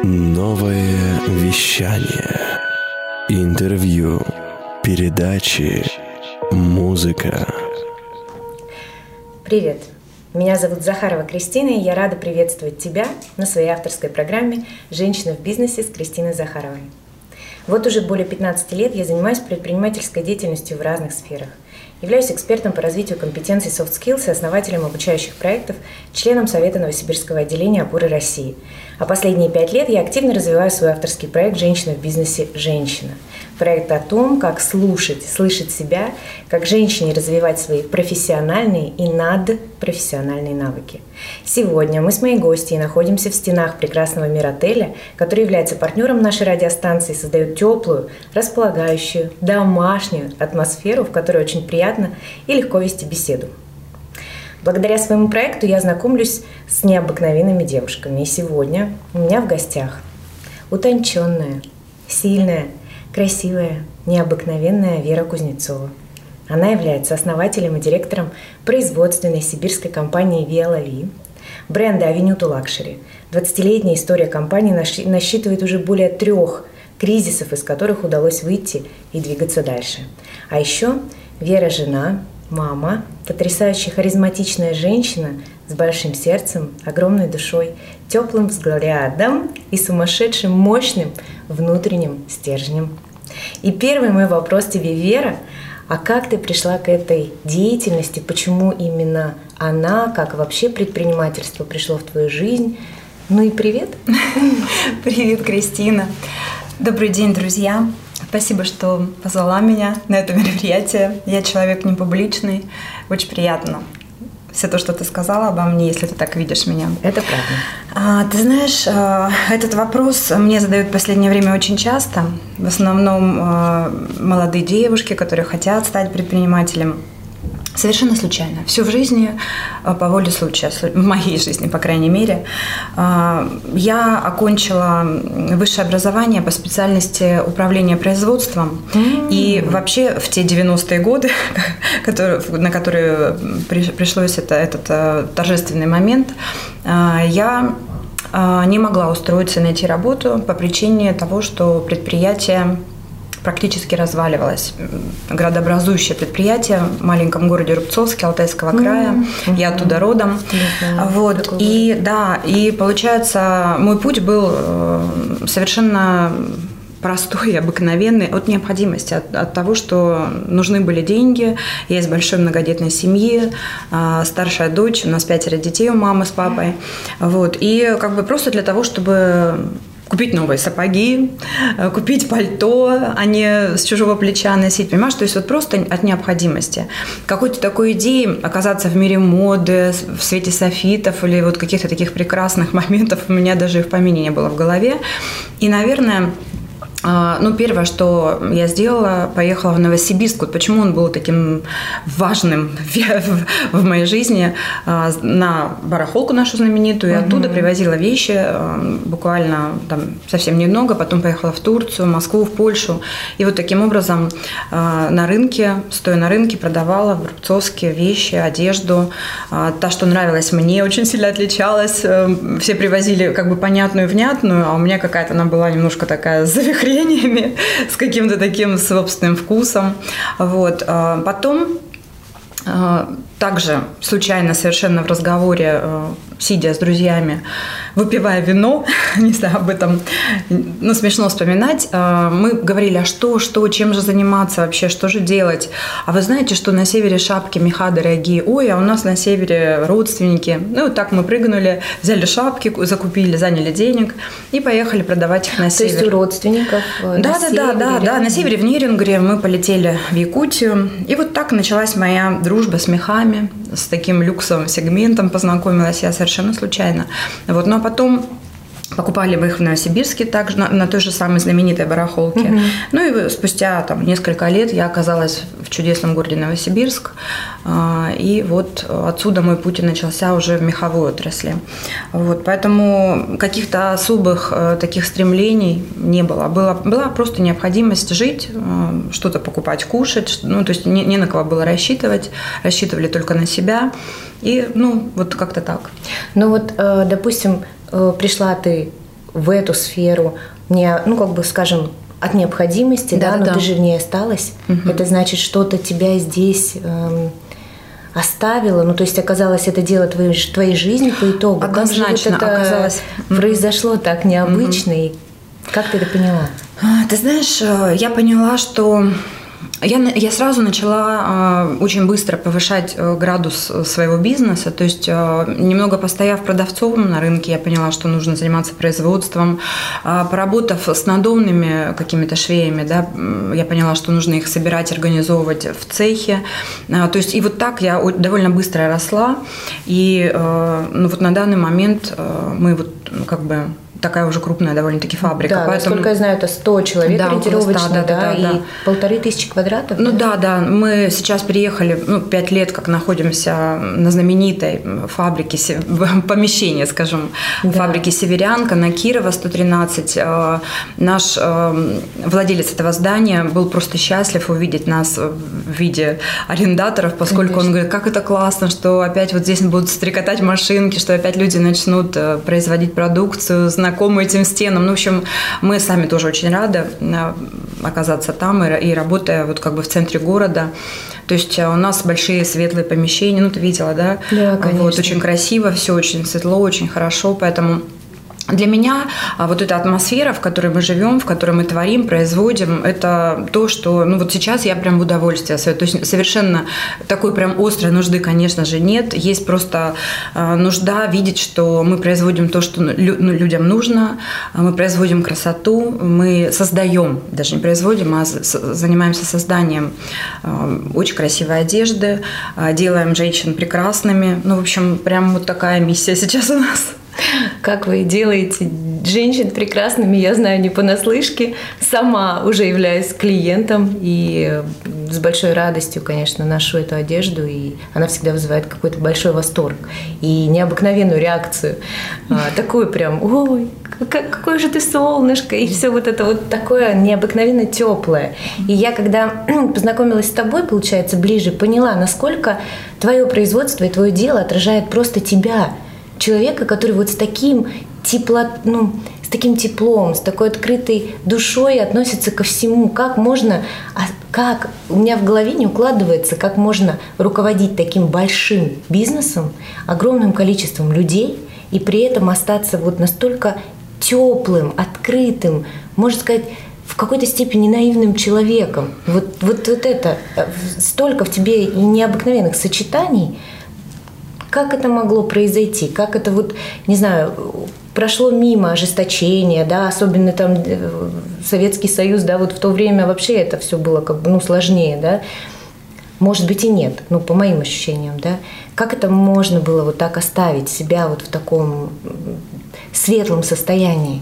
Новое вещание. Интервью. Передачи. Музыка. Привет! Меня зовут Захарова Кристина, и я рада приветствовать тебя на своей авторской программе «Женщина в бизнесе» с Кристиной Захаровой. Вот уже более 15 лет я занимаюсь предпринимательской деятельностью в разных сферах. Являюсь экспертом по развитию компетенций soft skills и основателем обучающих проектов, членом Совета Новосибирского отделения «Опоры России». А последние 5 лет я активно развиваю свой авторский проект «Женщина в бизнесе. Женщина». Проект о том, как слушать, слышать себя, как женщине развивать свои профессиональные и надпрофессиональные навыки. Сегодня мы с моей гостьей находимся в стенах прекрасного Миротеля, который является партнером нашей радиостанции и создает теплую, располагающую, домашнюю атмосферу, в которой очень приятно и легко вести беседу. Благодаря своему проекту я знакомлюсь с необыкновенными девушками. И сегодня у меня в гостях утонченная, сильная, красивая, необыкновенная Вера Кузнецова. Она является основателем и директором производственной сибирской компании «Виа-Ла-Ви», бренда «Авеню ту Лакшери». 20-летняя история компании насчитывает уже более 3 кризисов, из которых удалось выйти и двигаться дальше. А еще Вера – жена, мама, потрясающе харизматичная женщина с большим сердцем, огромной душой, теплым взглядом и сумасшедшим мощным внутренним стержнем. И первый мой вопрос тебе, Вера: а как ты пришла к этой деятельности? Почему именно она, как вообще предпринимательство пришло в твою жизнь? Ну и привет! Привет, Кристина! Добрый день, друзья! Спасибо, что позвала меня на это мероприятие. Я человек не публичный. Очень приятно все то, что ты сказала обо мне, если ты так видишь меня. Это правда. Ты знаешь, этот вопрос мне задают в последнее время очень часто. В основном молодые девушки, которые хотят стать предпринимателем. Совершенно случайно. Все в жизни по воле случая, в моей жизни, по крайней мере. Я окончила высшее образование по специальности управления производством. И вообще в те 90-е годы, на которые пришлось этот торжественный момент, я не могла устроиться и найти работу по причине того, что предприятие практически разваливалось. Градообразующее предприятие в маленьком городе Рубцовске Алтайского края. Я оттуда родом. Вот. И получается, мой путь был совершенно простой и обыкновенный от необходимости, от того, что нужны были деньги. Я из большой многодетной семьи, старшая дочь, у нас 5 детей у мамы с папой. Вот. И как бы просто для того, чтобы купить новые сапоги, купить пальто, а не с чужого плеча носить, понимаешь? То есть вот просто от необходимости. Какой-то такой идеи оказаться в мире моды, в свете софитов или вот каких-то таких прекрасных моментов у меня даже и в помине не было в голове. И, наверное, первое, что я сделала, поехала в Новосибирск. Вот почему он был таким важным в моей жизни, на барахолку нашу знаменитую, и оттуда привозила вещи, буквально там совсем немного, потом поехала в Турцию, в Москву, в Польшу. И вот таким образом на рынке, стоя на рынке, продавала в Рубцовске вещи, одежду. Та, что нравилась мне, очень сильно отличалась. Все привозили как бы понятную, внятную, а у меня какая-то она была немножко такая завихренная, с каким-то таким собственным вкусом. Вот. Потом также случайно совершенно в разговоре, сидя с друзьями, выпивая вино, не знаю, об этом, смешно вспоминать, мы говорили, а что, чем же заниматься вообще, что же делать? А вы знаете, что на севере шапки меха дорогие? Ой, а у нас на севере родственники. Вот так мы прыгнули, взяли шапки, закупили, заняли денег и поехали продавать их на север. То есть у родственников на севере? Да, на севере в Нерюнгри мы полетели в Якутию. И вот так началась моя дружба с мехами, с таким люксовым сегментом познакомилась я совершенно случайно. Вот. Ну а потом покупали мы их в Новосибирске также, на той же самой знаменитой барахолке. Ну и спустя несколько лет я оказалась в чудесном городе Новосибирск. И вот отсюда мой путь и начался уже в меховой отрасли. Вот, поэтому каких-то особых таких стремлений не было. Была просто необходимость жить, что-то покупать, кушать. То есть не на кого было рассчитывать. Рассчитывали только на себя. И вот как-то так. Допустим, пришла ты в эту сферу, скажем, от необходимости, но ты же в ней осталась. Это значит, что-то тебя здесь оставило, то есть оказалось это дело твоей жизни по итогу. Однозначно как же это оказалось. Произошло так необычно, и как ты это поняла? Ты знаешь, я поняла, что я сразу начала очень быстро повышать градус своего бизнеса, то есть немного постояв продавцом на рынке, я поняла, что нужно заниматься производством, поработав с надомными какими-то швеями, да, я поняла, что нужно их собирать, организовывать в цехе, то есть и вот так я довольно быстро росла, и вот на данный момент мы такая уже крупная довольно-таки фабрика. Да, поэтому... насколько я знаю, это 100 человек ориентировочно, и 1500 квадратов. Мы сейчас переехали, 5 лет, как находимся на знаменитой фабрике, помещении, скажем, фабрики «Северянка» на Кирова, 113. Наш владелец этого здания был просто счастлив увидеть нас в виде арендаторов, поскольку он говорит, как это классно, что опять вот здесь будут стрекотать машинки, что опять люди начнут производить продукцию, знакомые этим стенам. В общем, мы сами тоже очень рады оказаться там и работая в центре города. То есть у нас большие светлые помещения, ты видела, да? Да, конечно. Очень красиво, все очень светло, очень хорошо, поэтому... Для меня вот эта атмосфера, в которой мы живем, в которой мы творим, производим, это то, что, сейчас я прям в удовольствие. То есть совершенно такой прям острой нужды, конечно же, нет. Есть просто нужда видеть, что мы производим то, что людям нужно, мы производим красоту, мы создаем, даже не производим, а занимаемся созданием очень красивой одежды, делаем женщин прекрасными. В общем, прям вот такая миссия сейчас у нас. Как вы делаете женщин прекрасными, я знаю не понаслышке. Сама уже являюсь клиентом и с большой радостью, конечно, ношу эту одежду, и она всегда вызывает какой-то большой восторг и необыкновенную реакцию. Такую прям, ой, какое же ты солнышко, и все вот это вот такое необыкновенно теплое. И я, когда познакомилась с тобой, получается, ближе, поняла, насколько твое производство и твое дело отражает просто тебя, человека, который вот с таким теплом, с такой открытой душой относится ко всему. Как у меня в голове не укладывается, как можно руководить таким большим бизнесом, огромным количеством людей, и при этом остаться вот настолько теплым, открытым, можно сказать, в какой-то степени наивным человеком. Вот это, столько в тебе и необыкновенных сочетаний. Как это могло произойти? Как это не знаю, прошло мимо ожесточения, да, особенно там Советский Союз, да, в то время вообще это все было сложнее, да. Может быть и нет, по моим ощущениям, да. Как это можно было так оставить себя в таком светлом состоянии?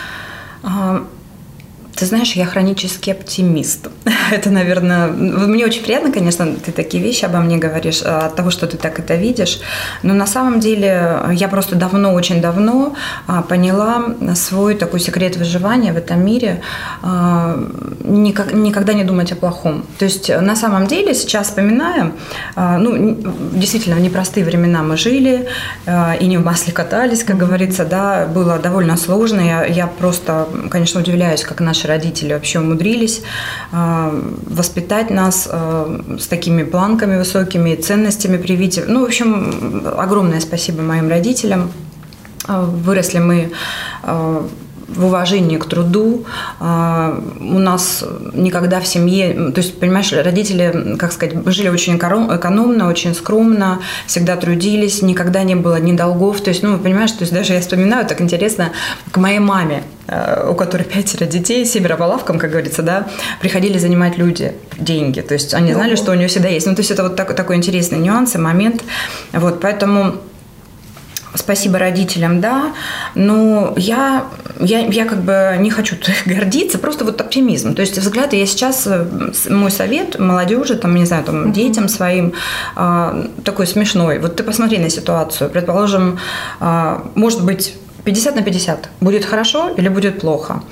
Ты знаешь, я хронический оптимист. Это, наверное, мне очень приятно, конечно, ты такие вещи обо мне говоришь, от того, что ты так это видишь. Но на самом деле я просто очень давно поняла свой такой секрет выживания в этом мире. Никогда не думать о плохом. То есть на самом деле сейчас вспоминаем, действительно, в непростые времена мы жили, и не в масле катались, как говорится, да, было довольно сложно. Я просто, конечно, удивляюсь, как наши родители вообще умудрились воспитать нас с такими планками высокими, ценностями привить. В общем, огромное спасибо моим родителям. Выросли мы в уважении к труду. У нас никогда в семье, то есть, понимаешь, родители, как сказать, жили очень экономно, очень скромно, всегда трудились, никогда не было ни долгов. То есть, понимаешь, то есть даже я вспоминаю, так интересно, к моей маме, у которой 5 детей, 7 по лавкам, как говорится, да, приходили занимать люди деньги. То есть они знали, что у нее всегда есть. То есть это такой интересный нюанс и момент. Поэтому спасибо родителям, да, но я как бы не хочу гордиться, просто оптимизм. То есть взгляд, я сейчас, мой совет молодежи, не знаю, детям своим, такой смешной. Ты посмотри на ситуацию. Предположим, может быть, 50/50. Будет хорошо или будет плохо?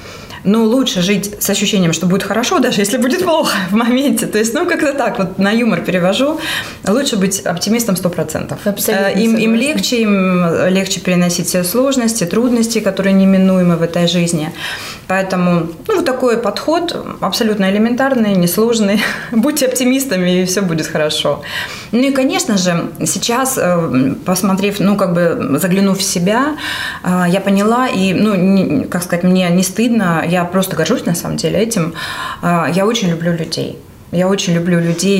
но лучше жить с ощущением, что будет хорошо, даже если будет плохо в моменте. То есть, как-то так, вот на юмор перевожу. Лучше быть оптимистом 100%. Им легче переносить все сложности, трудности, которые неминуемы в этой жизни. Поэтому, вот такой подход абсолютно элементарный, несложный. Будьте оптимистами, и все будет хорошо. И, конечно же, сейчас, посмотрев, заглянув в себя, я поняла, и, мне не стыдно, я просто горжусь, на самом деле, этим. Я очень люблю людей. Я очень люблю людей,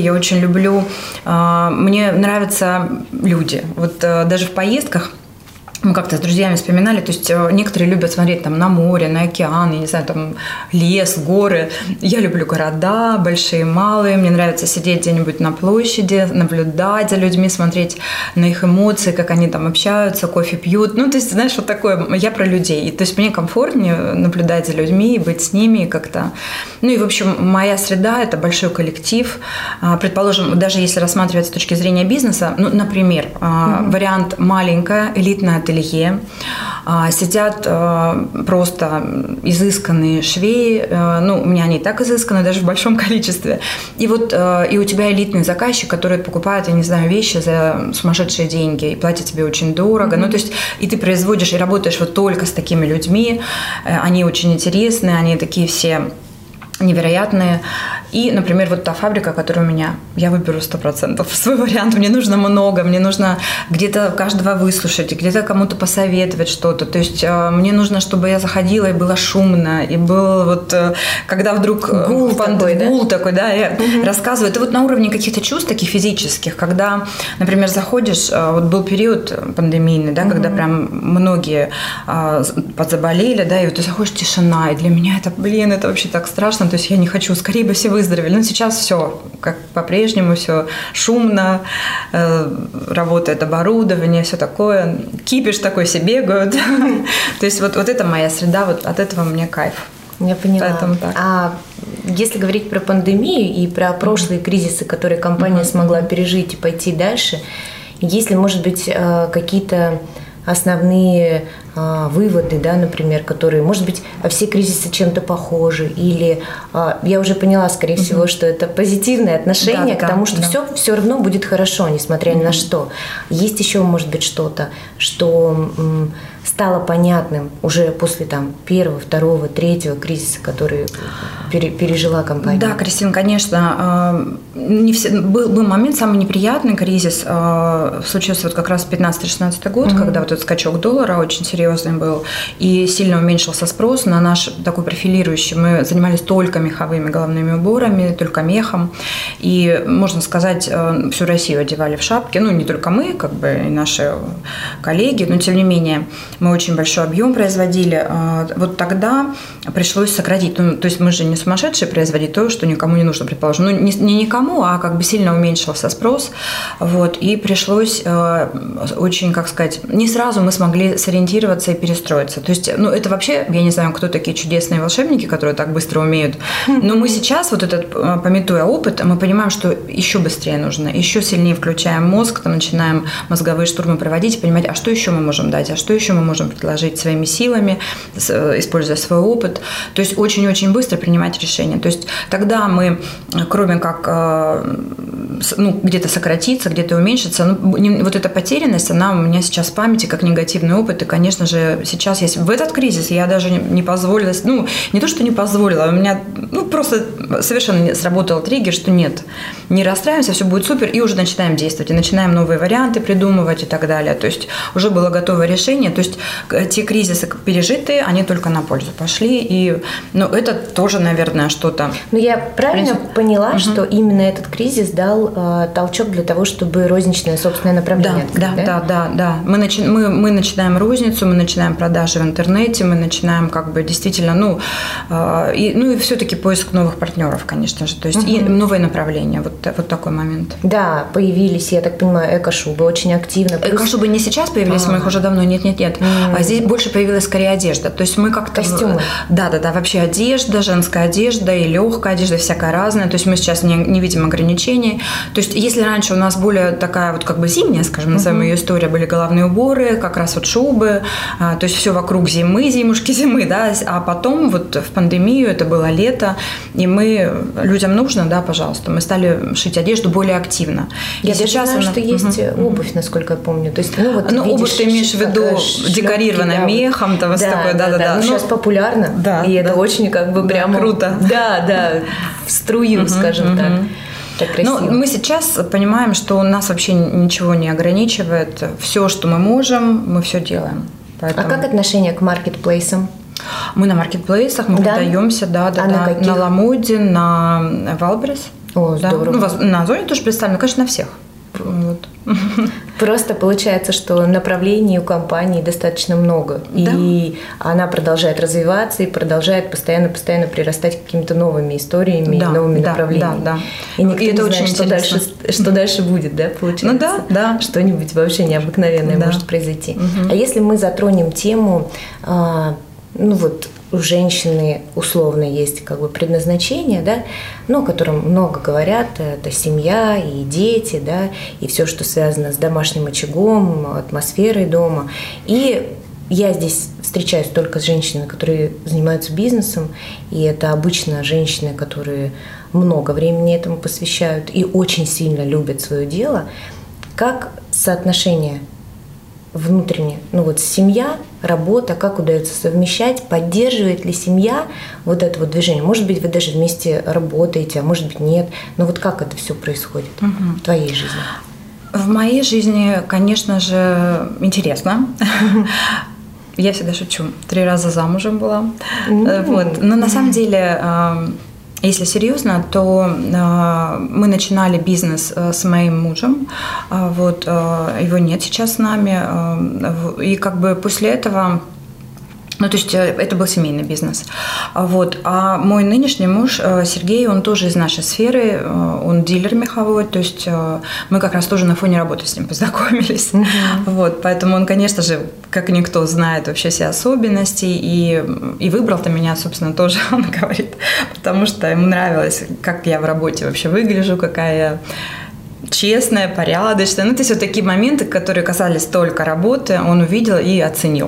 мне нравятся люди. Вот даже в поездках мы как-то с друзьями вспоминали, то есть некоторые любят смотреть там на море, на океан, я не знаю, там лес, горы. Я люблю города, большие, малые. Мне нравится сидеть где-нибудь на площади, наблюдать за людьми, смотреть на их эмоции, как они там общаются, кофе пьют. То есть, знаешь, вот такое, я про людей. То есть мне комфортнее наблюдать за людьми, быть с ними как-то. И, в общем, моя среда – это большой коллектив. Предположим, даже если рассматривать с точки зрения бизнеса, например, вариант маленькое, элитное ателье, сидят просто изысканные швеи, у меня они и так изысканы, даже в большом количестве. И у тебя элитный заказчик, который покупает, я не знаю, вещи за сумасшедшие деньги и платит тебе очень дорого. То есть и ты производишь и работаешь вот только с такими людьми, они очень интересные, они такие все невероятные. И, например, вот та фабрика, которая у меня, я выберу 100% свой вариант. Мне нужно много, мне нужно где-то каждого выслушать, где-то кому-то посоветовать что-то. То есть мне нужно, чтобы я заходила, и было шумно, и был когда вдруг гул такой, да, я рассказываю. Это вот на уровне каких-то чувств таких физических, когда, например, заходишь, вот был период пандемийный, да, когда прям многие подзаболели, да, и вот ты заходишь, тишина, и для меня это вообще так страшно. То есть я не хочу, скорее бы все выздоровели. Но сейчас все как по-прежнему, все шумно, работает оборудование, все такое. Кипиш такой, все бегают. То есть вот это моя среда, вот от этого мне кайф. Я поняла. А если говорить про пандемию и про прошлые кризисы, которые компания смогла пережить и пойти дальше, есть ли, может быть, какие-то основные выводы, да, например, которые, может быть, все кризисы чем-то похожи, или я уже поняла, скорее всего, что это позитивное отношение к тому, что все равно будет хорошо, несмотря ни на что. Есть еще, может быть, что-то, что стало понятным уже после первого, второго, третьего кризиса, который пережила компания? Да, Кристина, конечно. Был момент, самый неприятный кризис, случился как раз 15-16 год, когда вот этот скачок доллара очень серьезный был, и сильно уменьшился спрос на наш такой профилирующий. Мы занимались только меховыми головными уборами, только мехом, и, можно сказать, всю Россию одевали в шапки. Не только мы, и наши коллеги, но, тем не менее, мы очень большой объем производили. Вот тогда пришлось сократить. То есть мы же не сумасшедшие производить то, что никому не нужно, предположим. Не никому, а сильно уменьшился спрос. Вот, и пришлось очень, не сразу мы смогли сориентироваться и перестроиться. То есть, это вообще, я не знаю, кто такие чудесные волшебники, которые так быстро умеют. Но мы сейчас, пометуя опыт, мы понимаем, что еще быстрее нужно, еще сильнее включаем мозг, начинаем мозговые штурмы проводить, понимать, а что еще мы можем дать, а что еще мы можем предложить своими силами, используя свой опыт. То есть очень-очень быстро принимать решения. То есть тогда мы, кроме как где-то сократиться, где-то уменьшиться, вот эта потерянность, она у меня сейчас в памяти как негативный опыт. И, конечно же, сейчас есть в этот кризис я даже не позволила, не то, что не позволила, у меня просто совершенно не сработал триггер, что нет, не расстраиваемся, все будет супер, и уже начинаем действовать, и начинаем новые варианты придумывать и так далее. То есть уже было готовое решение. То есть те кризисы пережитые, они только на пользу пошли. И, это тоже, наверное, что-то. Но я правильно поняла, что именно этот кризис дал толчок для того, чтобы розничное собственное направление открыть, да. Мы начинаем розницу, мы начинаем продажи в интернете, мы начинаем действительно, и все-таки поиск новых партнеров, конечно же. То есть и новые направления. Вот такой момент. Да, появились, я так понимаю, эко-шубы очень активно. Эко-шубы не сейчас появились, мы их уже давно, нет. А здесь больше появилась скорее одежда. То есть мы как-то... Костюмы. Да, вообще одежда, женская одежда и легкая одежда, всякая разная. То есть мы сейчас не видим ограничений. То есть если раньше у нас более такая вот как бы зимняя, скажем, назовем ее история, были головные уборы, как раз вот шубы, то есть все вокруг зимушки зимы, да, а потом вот в пандемию, это было лето, и людям нужно, да, пожалуйста, мы стали шить одежду более активно. Я даже знаю, что есть обувь, насколько я помню. То есть, обувь ты имеешь в виду декорированная мехом, да, да. Сейчас популярно, и это очень как бы прямо... Круто. Да, в струю, скажем так. Так красиво. Ну, мы сейчас понимаем, что нас вообще ничего не ограничивает. Все, что мы можем, мы все делаем. Поэтому... А как отношение к маркетплейсам? Мы на маркетплейсах, мы продаемся, на Ламоде, на Валберес. О, здорово. На Озоне тоже представлено, конечно, на всех. Вот. Просто получается, что направлений у компании достаточно много, и она продолжает развиваться и продолжает постоянно прирастать какими-то новыми историями, новыми направлениями. Да. И никто не знает, что дальше будет, да, получается? Да. Что-нибудь вообще необыкновенное может произойти. А если мы затронем тему, у женщины условно есть как бы предназначение, да, о котором много говорят, это семья и дети, да, и все, что связано с домашним очагом, атмосферой дома. И я здесь встречаюсь только с женщинами, которые занимаются бизнесом, и это обычно женщины, которые много времени этому посвящают и очень сильно любят свое дело. Как соотношение внутренне, семья, работа, как удается совмещать, поддерживает ли семья вот это вот движение? Может быть, вы даже вместе работаете, а может быть, нет. Но вот как это все происходит в твоей жизни? В моей жизни, конечно же, интересно. Я всегда шучу. 3 раза замужем была. Но на самом деле... Если серьезно, то мы начинали бизнес с моим мужем, его нет сейчас с нами, и как бы после этого... то есть это был семейный бизнес. А мой нынешний муж Сергей, он тоже из нашей сферы, он дилер меховой, то есть мы как раз тоже на фоне работы с ним познакомились. Поэтому он, конечно же, как никто знает вообще все особенности, и выбрал-то меня, собственно, тоже, он говорит, потому что ему нравилось, как я в работе вообще выгляжу, какая я честная, порядочная. То есть вот такие моменты, которые касались только работы, он увидел и оценил.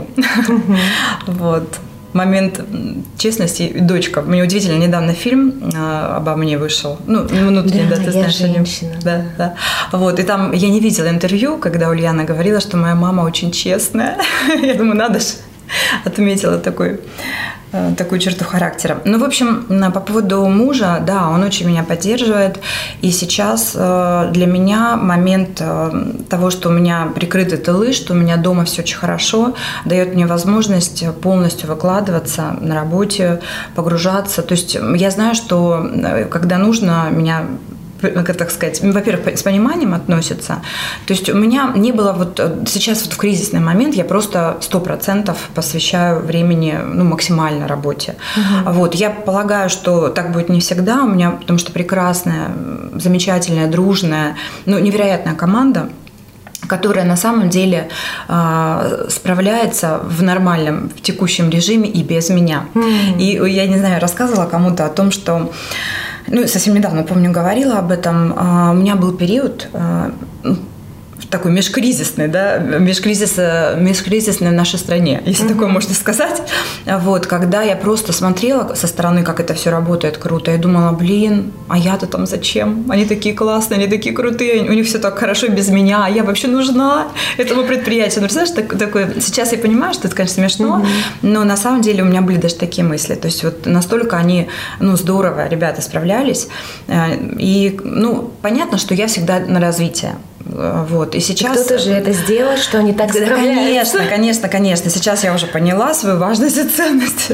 Момент честности. Дочка. Мне удивительно, недавно фильм обо мне вышел. Внутренне, ты знаешь о нем. Да. И там я не видела интервью, когда Ульяна говорила, что моя мама очень честная. Я думаю, надо же. Отметила такую черту характера. В общем, по поводу мужа, да, он очень меня поддерживает. И сейчас для меня момент того, что у меня прикрыты тылы, что у меня дома все очень хорошо, дает мне возможность полностью выкладываться на работе, погружаться. То есть я знаю, что когда нужно, меня... так сказать, во-первых, с пониманием относятся. То есть у меня не было сейчас в кризисный момент я просто 100% посвящаю времени максимально работе. Я полагаю, что так будет не всегда у меня, потому что прекрасная, замечательная, дружная, невероятная команда, которая на самом деле справляется в нормальном, в текущем режиме и без меня. И я не знаю, рассказывала кому-то о том, что совсем недавно, помню, говорила об этом. У меня был период такой межкризисный, да, межкризисный в нашей стране, если такое можно сказать. Когда я просто смотрела со стороны, как это все работает круто, я думала, а я-то там зачем? Они такие классные, они такие крутые, у них все так хорошо без меня, а я вообще нужна этому предприятию. Представляешь, такое, сейчас я понимаю, что это, конечно, смешно, но на самом деле у меня были даже такие мысли. То есть настолько они, здорово, ребята справлялись. И, понятно, что я всегда на развитие. И сейчас... Кто-то же это сделал, что они так справляются. Конечно. Сейчас я уже поняла свою важность и ценность.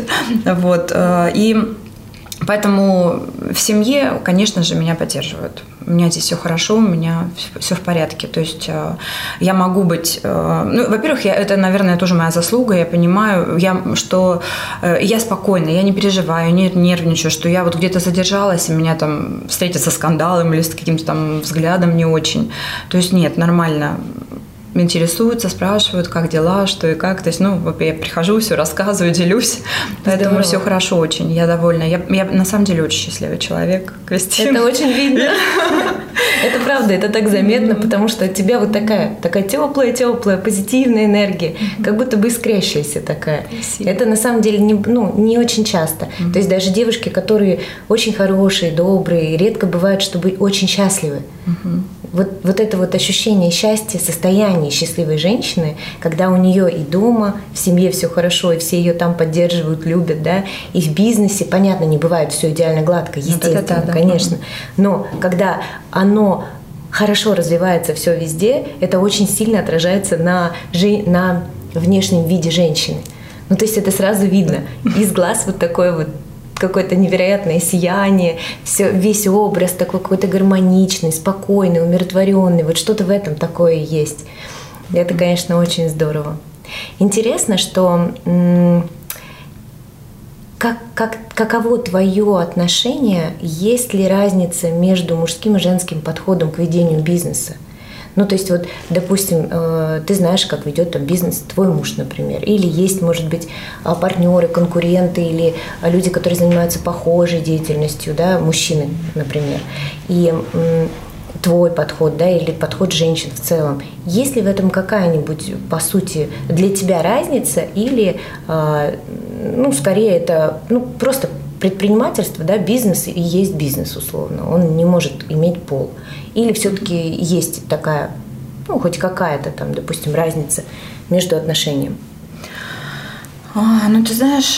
И поэтому в семье, конечно же, меня поддерживают. У меня здесь все хорошо, у меня все в порядке. То есть я могу быть... во-первых, это, наверное, тоже моя заслуга. Я понимаю, что я спокойна, я не переживаю, не нервничаю, что я где-то задержалась, и меня там встретят со скандалом или с каким-то там взглядом не очень. То есть нет, нормально. интересуются, спрашивают, как дела, что и как. То есть, я прихожу, все рассказываю, делюсь. Поэтому все хорошо очень. Я довольна. Я на самом деле очень счастливый человек, Кристина. Это очень видно. Это правда, это так заметно, потому что от тебя вот такая теплая, позитивная энергия, как будто бы искрящаяся такая. Спасибо. Это на самом деле не очень часто. То есть даже девушки, которые очень хорошие, добрые, редко бывает, чтобы очень счастливы. Вот это вот ощущение счастья, состояние счастливой женщины, когда у нее и дома, в семье все хорошо, и все ее там поддерживают, любят, да, и в бизнесе, понятно, не бывает все идеально гладко, естественно, конечно, но когда оно хорошо развивается все везде, это очень сильно отражается на внешнем виде женщины. То есть это сразу видно. Из глаз вот такое вот какое-то невероятное сияние, весь образ такой какой-то гармоничный, спокойный, умиротворенный. Вот что-то в этом такое есть. Это, конечно, очень здорово. Интересно, что каково твое отношение, есть ли разница между мужским и женским подходом к ведению бизнеса? То есть, вот, допустим, ты знаешь, как ведет там бизнес твой муж, например, или есть, может быть, партнеры, конкуренты, или люди, которые занимаются похожей деятельностью, да, мужчины, например, и твой подход, да, или подход женщин в целом. Есть ли в этом какая-нибудь, по сути, для тебя разница, или, скорее это, просто предпринимательство, да, бизнес и есть бизнес, условно, он не может иметь пол. Или все-таки есть такая, хоть какая-то там, допустим, разница между отношениями? Ты знаешь,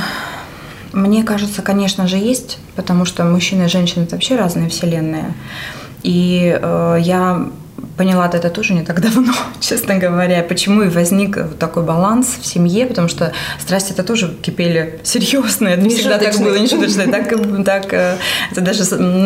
мне кажется, конечно же, есть, потому что мужчины и женщины – это вообще разные вселенные. И я поняла это тоже не так давно, честно говоря, почему и возник такой баланс в семье, потому что страсти это тоже кипели серьезные, это не всегда так было, нешуточные, так это даже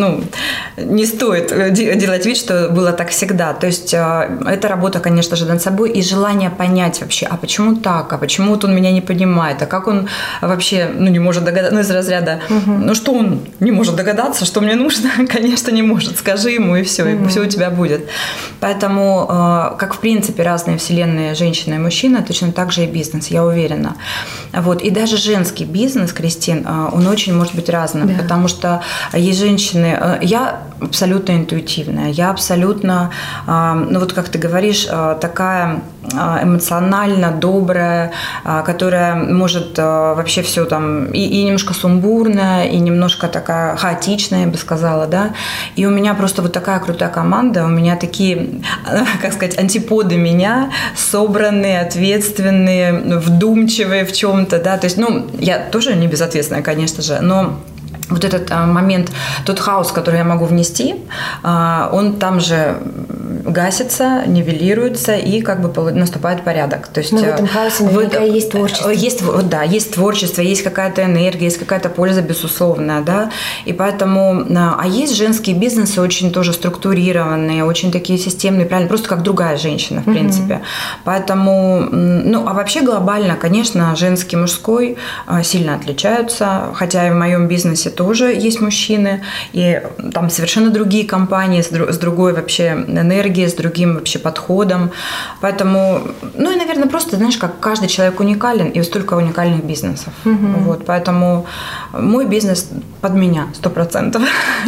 не стоит делать вид, что было так всегда. То есть это работа, конечно же, над собой и желание понять вообще, а почему так, а почему вот он меня не понимает, а как он вообще не может догадаться, из разряда, что он не может догадаться, что мне нужно, конечно, не может, скажи ему и все у тебя будет. Поэтому, как в принципе разные вселенные женщина и мужчина, точно так же и бизнес, я уверена. Вот. И даже женский бизнес, Кристин, он очень может быть разным, да. Потому что есть женщины, я абсолютно интуитивная, я абсолютно, как ты говоришь, такая эмоционально добрая, которая может вообще все там и немножко сумбурная, и немножко такая хаотичная, я бы сказала, да. И у меня просто вот такая крутая команда, у меня такие, как сказать, антиподы меня, собранные, ответственные, вдумчивые в чем-то, да. То есть, я тоже не безответственная, конечно же, но вот этот момент, тот хаос, который я могу внести, он там же гасится, нивелируется и как бы наступает порядок. То есть, в этом хаосе наверняка есть творчество. Есть творчество, есть какая-то энергия, есть какая-то польза безусловная, да. И поэтому, а есть женские бизнесы очень тоже структурированные, очень такие системные, правильно, просто как другая женщина, в принципе. Поэтому, а вообще глобально, конечно, женский и мужской сильно отличаются, хотя и в моем бизнесе тоже есть мужчины, и там совершенно другие компании с другой вообще энергией, с другим вообще подходом. Поэтому, и, наверное, просто, знаешь, как каждый человек уникален, и столько уникальных бизнесов. Вот, поэтому мой бизнес под меня 100%.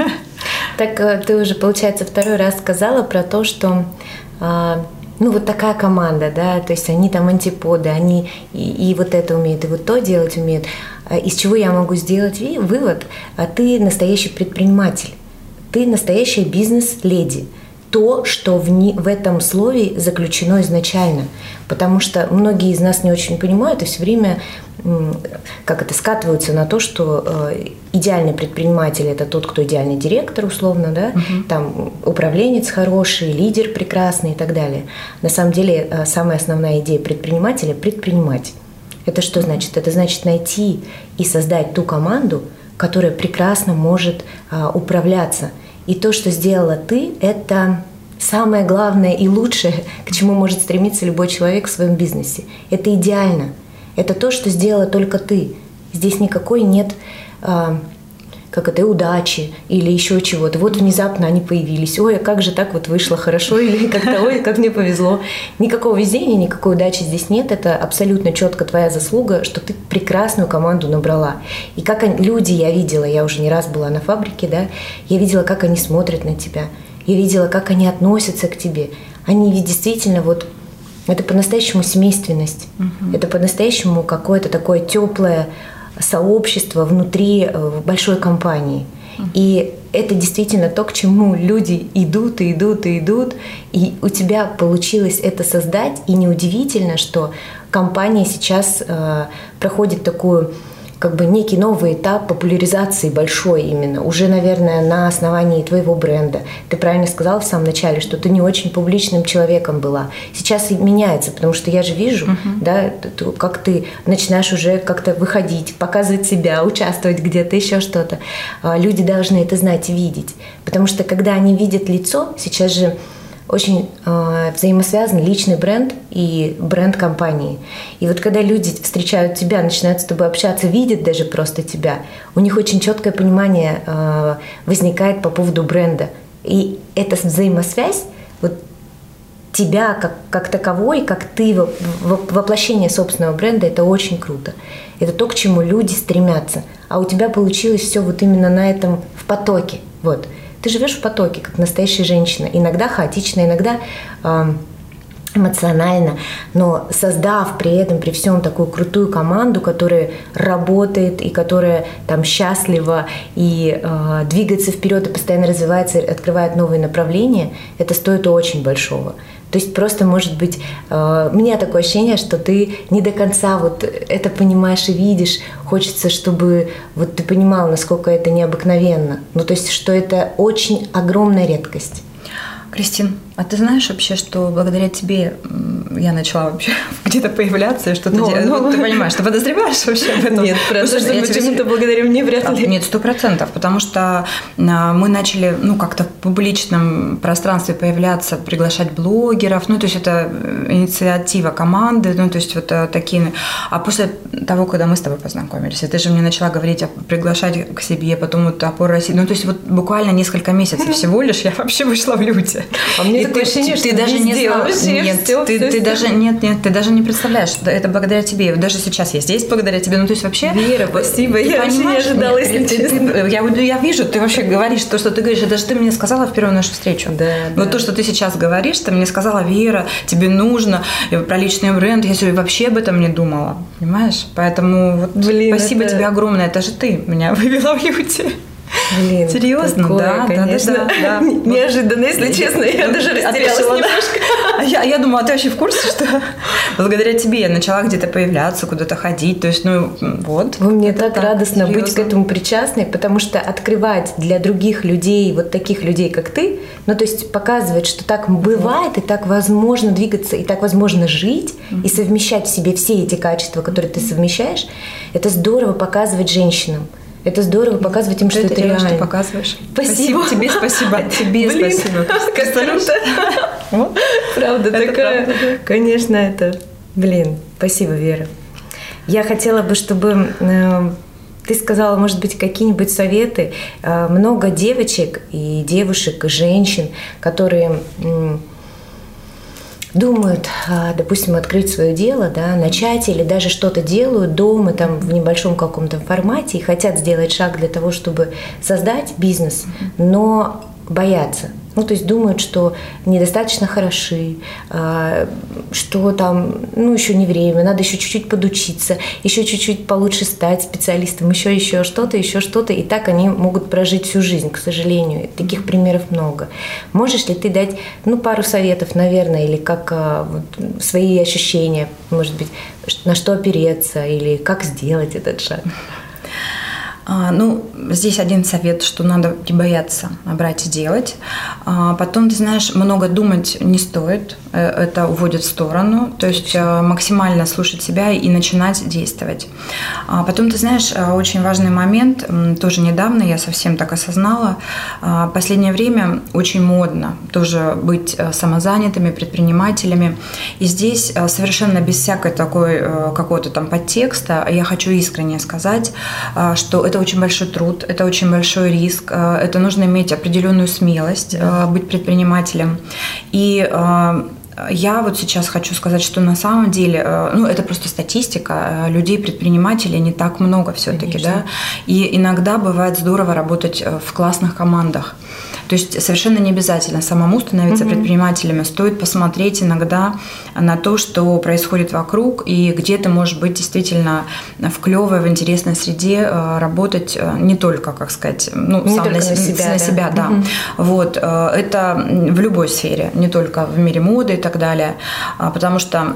Так ты уже, получается, второй раз сказала про то, что вот такая команда, да, то есть они там антиподы, они и вот это умеют, и вот то делать умеют. Из чего я могу сделать вывод? Ты настоящий предприниматель, ты настоящая бизнес-леди. То, что в этом слове заключено изначально. Потому что многие из нас не очень понимают и все время скатываются на то, что идеальный предприниматель – это тот, кто идеальный директор, условно, да? Там управленец хороший, лидер прекрасный и так далее. На самом деле, самая основная идея предпринимателя – предпринимать. Это что значит? Это значит найти и создать ту команду, которая прекрасно может управляться. И то, что сделала ты, это самое главное и лучшее, к чему может стремиться любой человек в своем бизнесе. Это идеально. Это то, что сделала только ты. Здесь никакой нет как это, удачи или еще чего-то. Вот внезапно они появились. Ой, а как же так вот вышло хорошо, или как-то, ой, как мне повезло. Никакого везения, никакой удачи здесь нет. Это абсолютно четко твоя заслуга, что ты прекрасную команду набрала. И как люди, я видела, я уже не раз была на фабрике, да, я видела, как они смотрят на тебя. Я видела, как они относятся к тебе. Они ведь действительно вот... Это по-настоящему семейственность. Это по-настоящему какое-то такое теплое сообщество внутри большой компании. И это действительно то, к чему люди идут. И у тебя получилось это создать. И неудивительно, что компания сейчас проходит такую, как бы некий новый этап популяризации большой именно, уже, наверное, на основании твоего бренда. Ты правильно сказала в самом начале, что ты не очень публичным человеком была. Сейчас и меняется, потому что я же вижу, да, как ты начинаешь уже как-то выходить, показывать себя, участвовать где-то, еще что-то. Люди должны это знать и видеть, потому что когда они видят лицо, сейчас же очень взаимосвязан личный бренд и бренд компании. И вот когда люди встречают тебя, начинают с тобой общаться, видят даже просто тебя, у них очень четкое понимание возникает по поводу бренда. И эта взаимосвязь, вот тебя как таковой, как ты, воплощение собственного бренда, это очень круто. Это то, к чему люди стремятся. А у тебя получилось все вот именно на этом, в потоке. Вот. Ты живешь в потоке, как настоящая женщина. Иногда хаотично, иногда эмоционально, но создав при этом, при всем такую крутую команду, которая работает и которая там счастлива и двигается вперед и постоянно развивается, открывает новые направления, это стоит очень большого. То есть просто, может быть, у меня такое ощущение, что ты не до конца вот это понимаешь и видишь. Хочется, чтобы вот ты понимал, насколько это необыкновенно. Ну, то есть, что это очень огромная редкость. Кристин, а ты знаешь вообще, что благодаря тебе я начала вообще где-то появляться и что-то делать? Вот ты понимаешь, ты подозреваешь вообще об этом? Нет, просто почему-то благодаря мне вряд ли. Нет, 100%, потому что мы начали, как-то в публичном пространстве появляться, приглашать блогеров, то есть это инициатива команды, то есть вот такие. А после того, когда мы с тобой познакомились, ты же мне начала говорить, приглашать к себе, потом вот «Опора России», то есть вот буквально несколько месяцев всего лишь я вообще вышла в люди. А мне такое ощущение, что ты даже не знала. Нет, ты даже не представляешь, это благодаря тебе. Даже сейчас я здесь благодаря тебе. То есть вообще... Вера, спасибо. Я вообще не ожидала, если честно. Я вижу, ты вообще говоришь то, что ты говоришь. Это же ты мне сказала в первую нашу встречу. Да. Вот то, что ты сейчас говоришь, ты мне сказала: Вера, тебе нужно про личный бренд. Я сегодня вообще об этом не думала. Понимаешь? Поэтому спасибо тебе огромное. Это же ты меня вывела в люди. Блин, серьезно, такое, конечно. Да. Неожиданно, если честно, я даже растерялась немножко. Я думала, ты вообще в курсе, что благодаря тебе я начала где-то появляться, куда-то ходить, то есть, вот. Мне так радостно быть к этому причастной, потому что открывать для других людей, вот таких людей, как ты, то есть показывать, что так бывает, и так возможно двигаться, и так возможно жить, и совмещать в себе все эти качества, которые ты совмещаешь, это здорово показывать женщинам. Это здорово показывать им, что это реально. Что показываешь. Спасибо. Тебе спасибо. Тебе спасибо. Как круто. Правда такая. Конечно, это... Спасибо, Вера. Я хотела бы, чтобы ты сказала, может быть, какие-нибудь советы. Много девочек и девушек, и женщин, которые... думают, допустим, открыть свое дело, начать или даже что-то делают дома, в небольшом каком-то формате и хотят сделать шаг для того, чтобы создать бизнес, но боятся. То есть думают, что недостаточно хороши, что там, еще не время, надо еще чуть-чуть подучиться, еще чуть-чуть получше стать специалистом, еще что-то, и так они могут прожить всю жизнь, к сожалению. Таких примеров много. Можешь ли ты дать, пару советов, наверное, или как свои ощущения, может быть, на что опереться, или как сделать этот шаг? Здесь один совет, что надо не бояться брать и делать. Потом, ты знаешь, много думать не стоит. это уводит в сторону, то есть максимально слушать себя и начинать действовать. Потом, ты знаешь, очень важный момент, тоже недавно я совсем так осознала, в последнее время очень модно тоже быть самозанятыми, предпринимателями, и здесь совершенно без всякой такой какого-то там подтекста я хочу искренне сказать, что это очень большой труд, это очень большой риск, это нужно иметь определенную смелость, быть предпринимателем, и я вот сейчас хочу сказать, что на самом деле, это просто статистика, людей-предпринимателей не так много все-таки, да, и иногда бывает здорово работать в классных командах. То есть совершенно не обязательно самому становиться предпринимателем, стоит посмотреть иногда на то, что происходит вокруг, и где ты можешь быть действительно в клевой, в интересной среде, работать не только, как сказать, не сам на себя, да. Вот, это в любой сфере, не только в мире моды и так далее, потому что,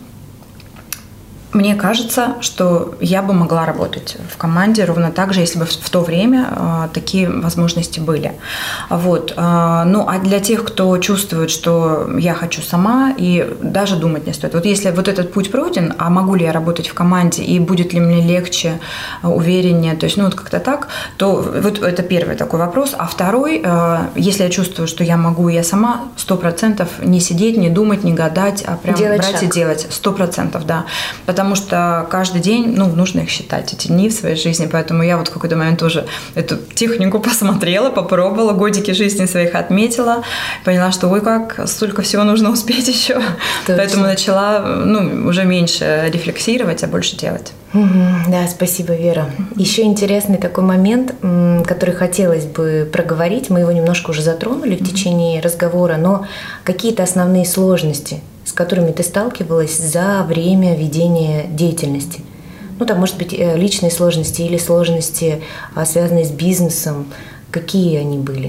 мне кажется, что я бы могла работать в команде ровно так же, если бы в то время такие возможности были. Вот. А для тех, кто чувствует, что я хочу сама, и даже думать не стоит. Вот если вот этот путь пройден, а могу ли я работать в команде, и будет ли мне легче, увереннее, то есть, как-то так, то вот это первый такой вопрос. А второй, если я чувствую, что я могу, я сама, 100% не сидеть, не думать, не гадать, а прям делать брать шаг. И делать. 100%, да. Потому что каждый день, нужно их считать, эти дни в своей жизни. Поэтому я вот в какой-то момент тоже эту технику посмотрела, попробовала, годики жизни своих отметила, поняла, что столько всего нужно успеть еще. Точно. Поэтому начала, уже меньше рефлексировать, а больше делать. Да, спасибо, Вера. Еще интересный такой момент, который хотелось бы проговорить. Мы его немножко уже затронули в течение разговора, но какие-то основные сложности, с которыми ты сталкивалась за время ведения деятельности? Там, может быть, личные сложности или сложности, связанные с бизнесом. Какие они были?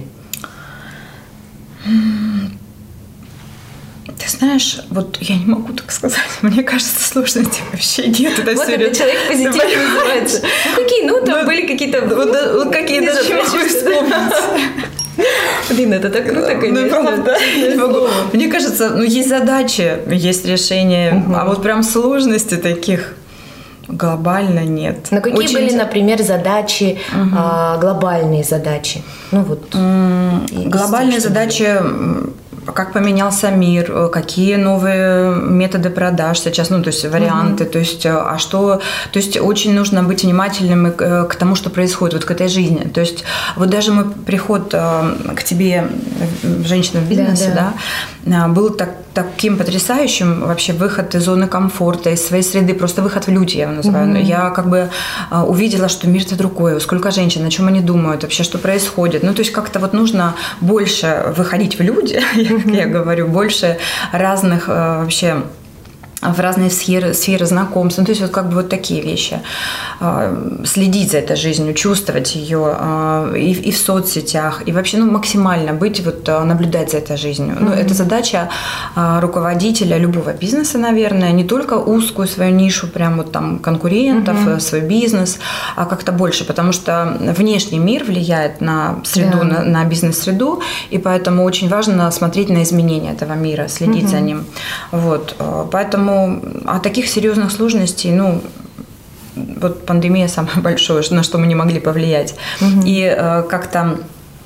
Ты знаешь, вот я не могу так сказать. Мне кажется, сложностей вообще нет. Это человек позитивный называется. Там были какие-то... какие даже не могу вспомнить. Блин, это так круто, конечно. Правда. Не могу. Мне кажется, есть задачи, есть решения, а вот прям сложностей таких глобально нет. Но какие были, например, задачи, глобальные задачи? Глобальные задачи, как поменялся мир, какие новые методы продаж сейчас, то есть варианты, то есть, то есть очень нужно быть внимательным к тому, что происходит, вот к этой жизни. То есть вот даже мой приход к тебе, женщина в бизнесе, да, был таким потрясающим, вообще выход из зоны комфорта, из своей среды, просто выход в люди, я его называю. Я увидела, что мир-то другой, сколько женщин, о чем они думают, вообще, что происходит. То есть как-то вот нужно больше выходить в люди, как я говорю, больше разных вообще в разные сферы знакомств. То есть вот такие вещи. Следить за этой жизнью, чувствовать ее и в соцсетях, и вообще максимально быть, наблюдать за этой жизнью. Это задача руководителя любого бизнеса, наверное, не только узкую свою нишу, прям конкурентов, свой бизнес, а как-то больше, потому что внешний мир влияет на среду, на бизнес-среду, и поэтому очень важно смотреть на изменения этого мира, следить за ним. Вот. Поэтому таких серьезных сложностей, вот пандемия самое большое, на что мы не могли повлиять. И как-то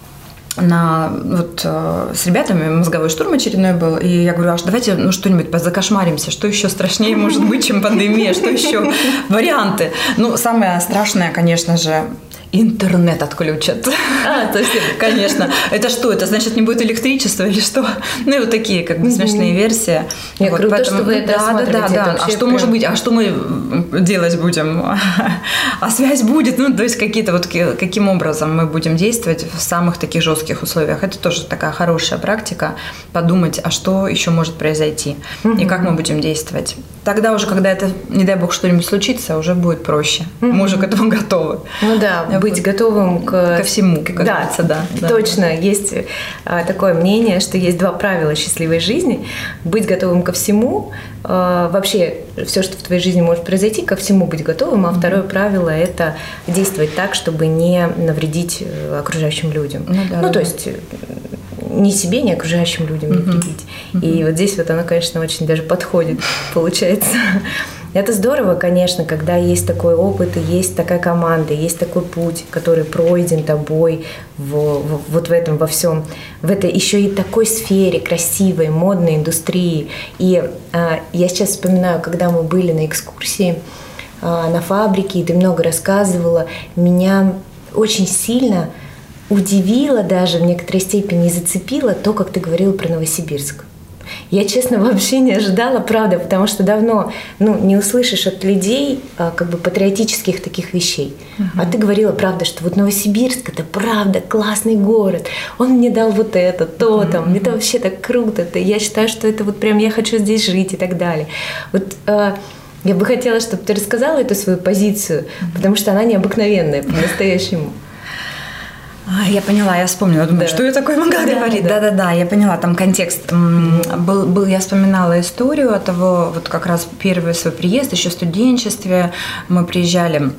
с ребятами мозговой штурм очередной был, и я говорю, давайте что-нибудь позакошмаримся, что еще страшнее может быть, чем пандемия, что еще варианты. Самое страшное, конечно же, интернет отключат. То есть, конечно. Это что? Это значит, не будет электричества или что? Вот такие смешные версии. Круто, поэтому, что вы это рассматриваете. Да. А что может быть? А что мы делать будем? А связь будет? То есть какие-то каким образом мы будем действовать в самых таких жестких условиях? Это тоже такая хорошая практика. Подумать, а что еще может произойти? И как мы будем действовать? Тогда уже, когда это, не дай бог, что-нибудь случится, уже будет проще. Мы уже к этому готовы. Быть готовым ко всему, как говорится, да. Точно. Есть такое мнение, что есть два правила счастливой жизни. Быть готовым ко всему. Вообще, все, что в твоей жизни может произойти, ко всему быть готовым. А второе правило – это действовать так, чтобы не навредить окружающим людям. То есть ни себе, ни окружающим людям не вредить. И вот здесь вот оно, конечно, очень даже подходит, получается. Это здорово, конечно, когда есть такой опыт, и есть такая команда, есть такой путь, который пройден тобой вот в этом во всем, в этой еще и такой сфере красивой, модной индустрии. И я сейчас вспоминаю, когда мы были на экскурсии на фабрике, и ты много рассказывала, меня очень сильно удивило даже, в некоторой степени и зацепило то, как ты говорила про Новосибирск. Я, честно, вообще не ожидала, правда, потому что давно не услышишь от людей как бы патриотических таких вещей. А ты говорила, правда, что вот Новосибирск – это правда классный город. Он мне дал вот это, то там. Это вообще так круто. Я считаю, что это вот прям я хочу здесь жить и так далее. Вот я бы хотела, чтобы ты рассказала эту свою позицию, потому что она необыкновенная по-настоящему. Я поняла, я вспомнила, думаю, что я такое могла говорить. Да, я поняла, там контекст был, я вспоминала историю от того, вот как раз первый свой приезд, еще в студенчестве, мы приезжали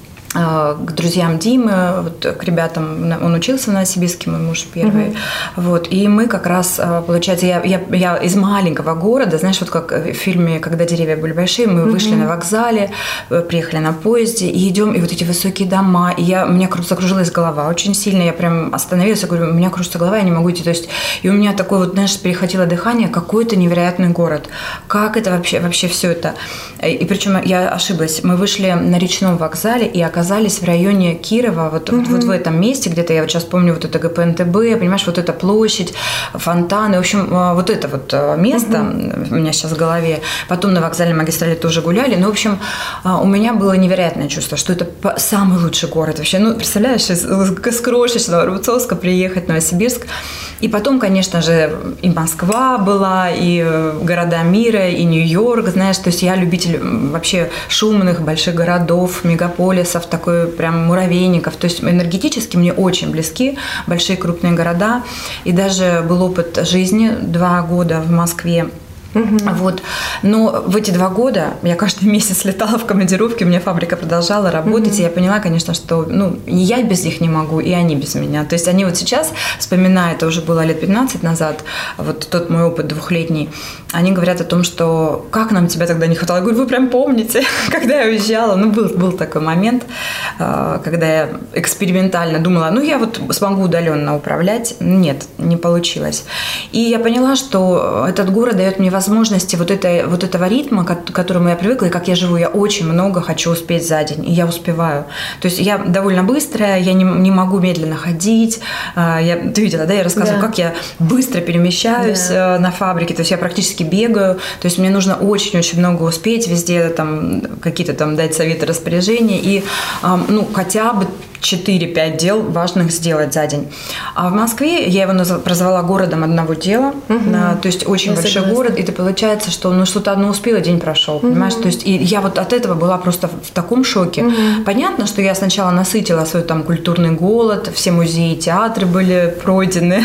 к друзьям Димы, вот, к ребятам, он учился в Новосибирске, мой муж первый, вот, и мы как раз, получается, я из маленького города, знаешь, вот как в фильме «Когда деревья были большие», мы вышли на вокзале, приехали на поезде, и идем, и вот эти высокие дома, и у меня закружилась голова очень сильно, я прям остановилась, я говорю, у меня кружится голова, я не могу идти, то есть, и у меня такое вот, знаешь, перехватило дыхание, какой-то невероятный город, как это вообще все это, и причем я ошиблась, мы вышли на речном вокзале и оказались в районе Кирова, вот в этом месте, где-то я вот сейчас помню вот это ГПНТБ, понимаешь, вот эта площадь, фонтаны, в общем, вот это вот место у меня сейчас в голове. Потом на вокзальной магистрали тоже гуляли, но, в общем, у меня было невероятное чувство, что это самый лучший город вообще. Ну, представляешь, из крошечного Рубцовска приехать в Новосибирск. И потом, конечно же, и Москва была, и города мира, и Нью-Йорк, знаешь, то есть я любитель вообще шумных больших городов, мегаполисов, такой прям муравейников, то есть энергетически мне очень близки большие крупные города, и даже был опыт жизни 2 года в Москве. Вот. Но в эти 2 года я каждый месяц летала в командировке, у меня фабрика продолжала работать, и я поняла, конечно, что я без них не могу, и они без меня. То есть они вот сейчас, вспоминая, это уже было лет 15 назад, вот тот мой опыт 2-летний, они говорят о том, что как нам тебя тогда не хватало. Я говорю, вы прям помните, когда я уезжала? Был такой момент, когда я экспериментально думала, я вот смогу удаленно управлять. Нет, не получилось. И я поняла, что этот город дает мне возможности вот этого ритма, к которому я привыкла, и как я живу, я очень много хочу успеть за день, и я успеваю. То есть я довольно быстрая, я не могу медленно ходить. Ты видела, да, я рассказывала, как я быстро перемещаюсь на фабрике, то есть я практически бегаю, то есть мне нужно очень-очень много успеть, везде там какие-то там дать советы, распоряжения, и хотя бы 4-5 дел важных сделать за день. А в Москве я его прозвала городом одного дела, то есть очень большой город, и это получается, что что-то одно успела, день прошел, понимаешь? То есть и я вот от этого была просто в таком шоке. Понятно, что я сначала насытила свой там культурный голод, все музеи, театры были пройдены,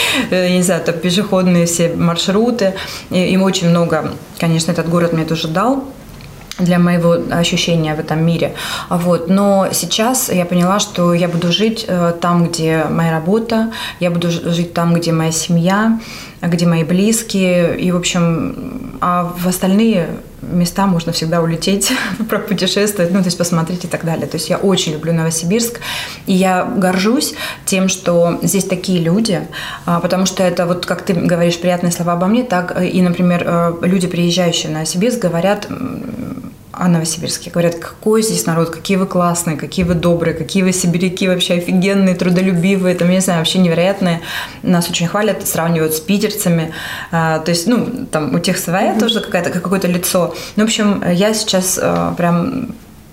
я не знаю, там пешеходные все маршруты, и очень много, конечно, этот город мне тоже дал для моего ощущения в этом мире. Вот. Но сейчас я поняла, что я буду жить там, где моя работа, я буду жить там, где моя семья, где мои близкие, и, в общем, а в остальные места можно всегда улететь, пропутешествовать, то есть посмотреть и так далее. То есть я очень люблю Новосибирск, и я горжусь тем, что здесь такие люди, потому что это, вот как ты говоришь приятные слова обо мне, так и, например, люди, приезжающие в Новосибирск, говорят о Новосибирске. Говорят, какой здесь народ, какие вы классные, какие вы добрые, какие вы сибиряки вообще офигенные, трудолюбивые, там, я не знаю, вообще невероятные. Нас очень хвалят, сравнивают с питерцами. То есть, там у тех своя тоже какое-то лицо. В общем, я сейчас прям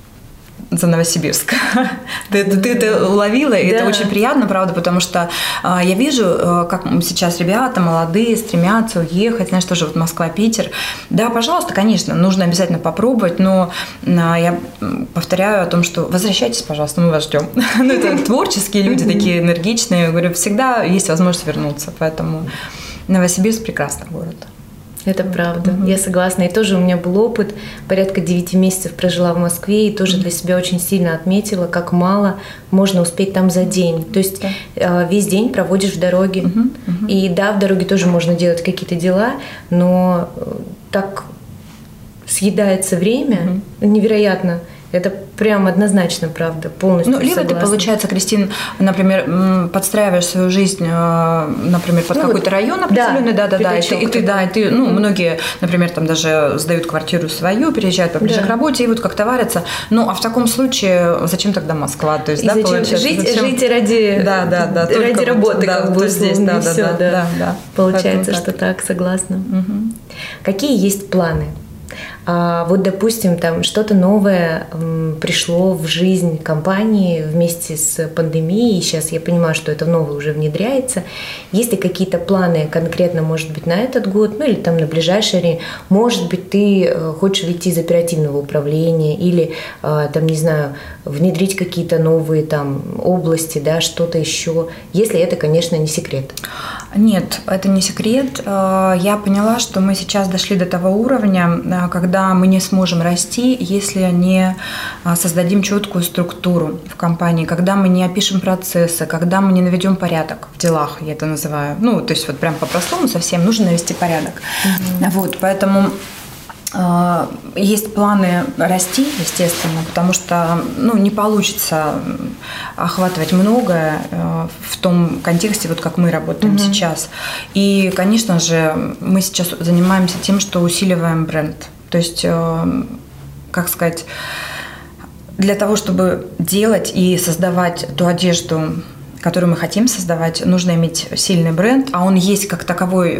за Новосибирск. Ты это уловила, и это очень приятно, правда, потому что я вижу, как сейчас ребята молодые стремятся уехать, знаешь, тоже вот Москва, Питер. Да, пожалуйста, конечно, нужно обязательно попробовать, но я повторяю о том, что возвращайтесь, пожалуйста, мы вас ждем. Это творческие люди, такие энергичные, я говорю, всегда есть возможность вернуться, поэтому Новосибирск прекрасный город. Это правда, я согласна. И тоже у меня был опыт, порядка 9 месяцев прожила в Москве, и тоже для себя очень сильно отметила, как мало можно успеть там за день. То есть весь день проводишь в дороге. И да, в дороге тоже можно делать какие-то дела, но так съедается время невероятно. Это прям однозначно, правда, полностью либо согласна. ты, получается, Кристин, например, подстраиваешь свою жизнь, например, под какой-то район определенный, и ты, многие, например, там даже сдают квартиру свою, переезжают поближе к работе и вот как-то варятся. А в таком случае зачем тогда Москва? То есть, жить ради работы, как бы здесь, получается, что так, согласна. Какие есть планы? Вот, допустим, там что-то новое пришло в жизнь компании вместе с пандемией. Сейчас я понимаю, что это новое уже внедряется. Есть ли какие-то планы конкретно, может быть, на этот год, или там на ближайшее время? Может быть, ты хочешь выйти из оперативного управления или, там, не знаю, внедрить какие-то новые там области, да, что-то еще, если это, конечно, не секрет. Нет, это не секрет. Я поняла, что мы сейчас дошли до того уровня, когда мы не сможем расти, если не создадим четкую структуру в компании, когда мы не опишем процессы, когда мы не наведем порядок в делах, я это называю. То есть вот прям по-простому совсем нужно навести порядок. Вот, поэтому есть планы расти, естественно, потому что не получится охватывать многое в том контексте, вот как мы работаем сейчас. И, конечно же, мы сейчас занимаемся тем, что усиливаем бренд. То есть, как сказать, для того, чтобы делать и создавать ту одежду, которую мы хотим создавать, нужно иметь сильный бренд, а он есть как таковой,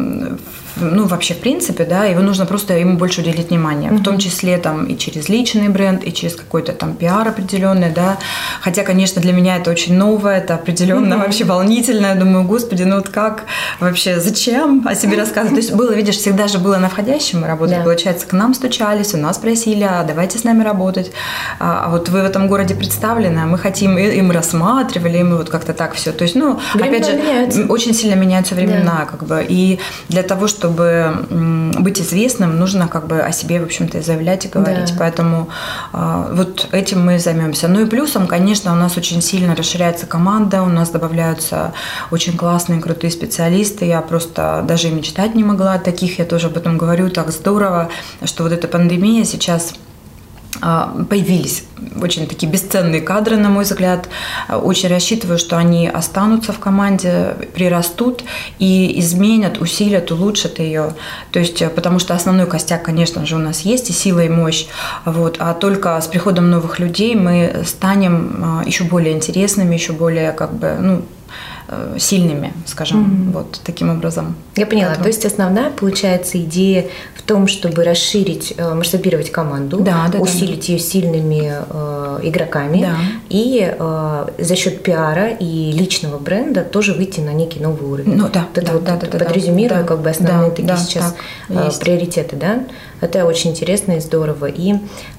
вообще в принципе, да, его нужно просто ему больше уделить внимание, в том числе там и через личный бренд, и через какой-то там пиар определенный, да, хотя, конечно, для меня это очень новое, это определенно вообще волнительно, я думаю, господи, вот как вообще, зачем о себе рассказывать, то есть было, видишь, всегда же было на входящем работать, получается, к нам стучались, у нас просили, давайте с нами работать, а вот вы в этом городе представлены, мы хотим, и мы рассматривали, и мы вот как-то так все, то есть, опять же, меняются. Очень сильно меняются времена, как бы, и для того, чтобы быть известным, нужно как бы о себе, в общем-то, заявлять и говорить. Поэтому вот этим мы займемся. И плюсом, конечно, у нас очень сильно расширяется команда, у нас добавляются очень классные, крутые специалисты. Я просто даже и мечтать не могла о таких. Я тоже об этом говорю. Так здорово, что вот эта пандемия сейчас появились очень такие бесценные кадры, на мой взгляд. Очень рассчитываю, что они останутся в команде, прирастут и изменят, усилят, улучшат ее. То есть, потому что основной костяк, конечно же, у нас есть, и сила, и мощь. Вот. А только с приходом новых людей мы станем еще более интересными, еще более сильными, скажем, вот таким образом. Я поняла. Поэтому... То есть основная, получается, идея в том, чтобы расширить, масштабировать команду, усилить ее сильными игроками и за счет пиара и личного бренда тоже выйти на некий новый уровень. Подрезюмирую как бы основные такие сейчас приоритеты, да? Это очень интересно и здорово. И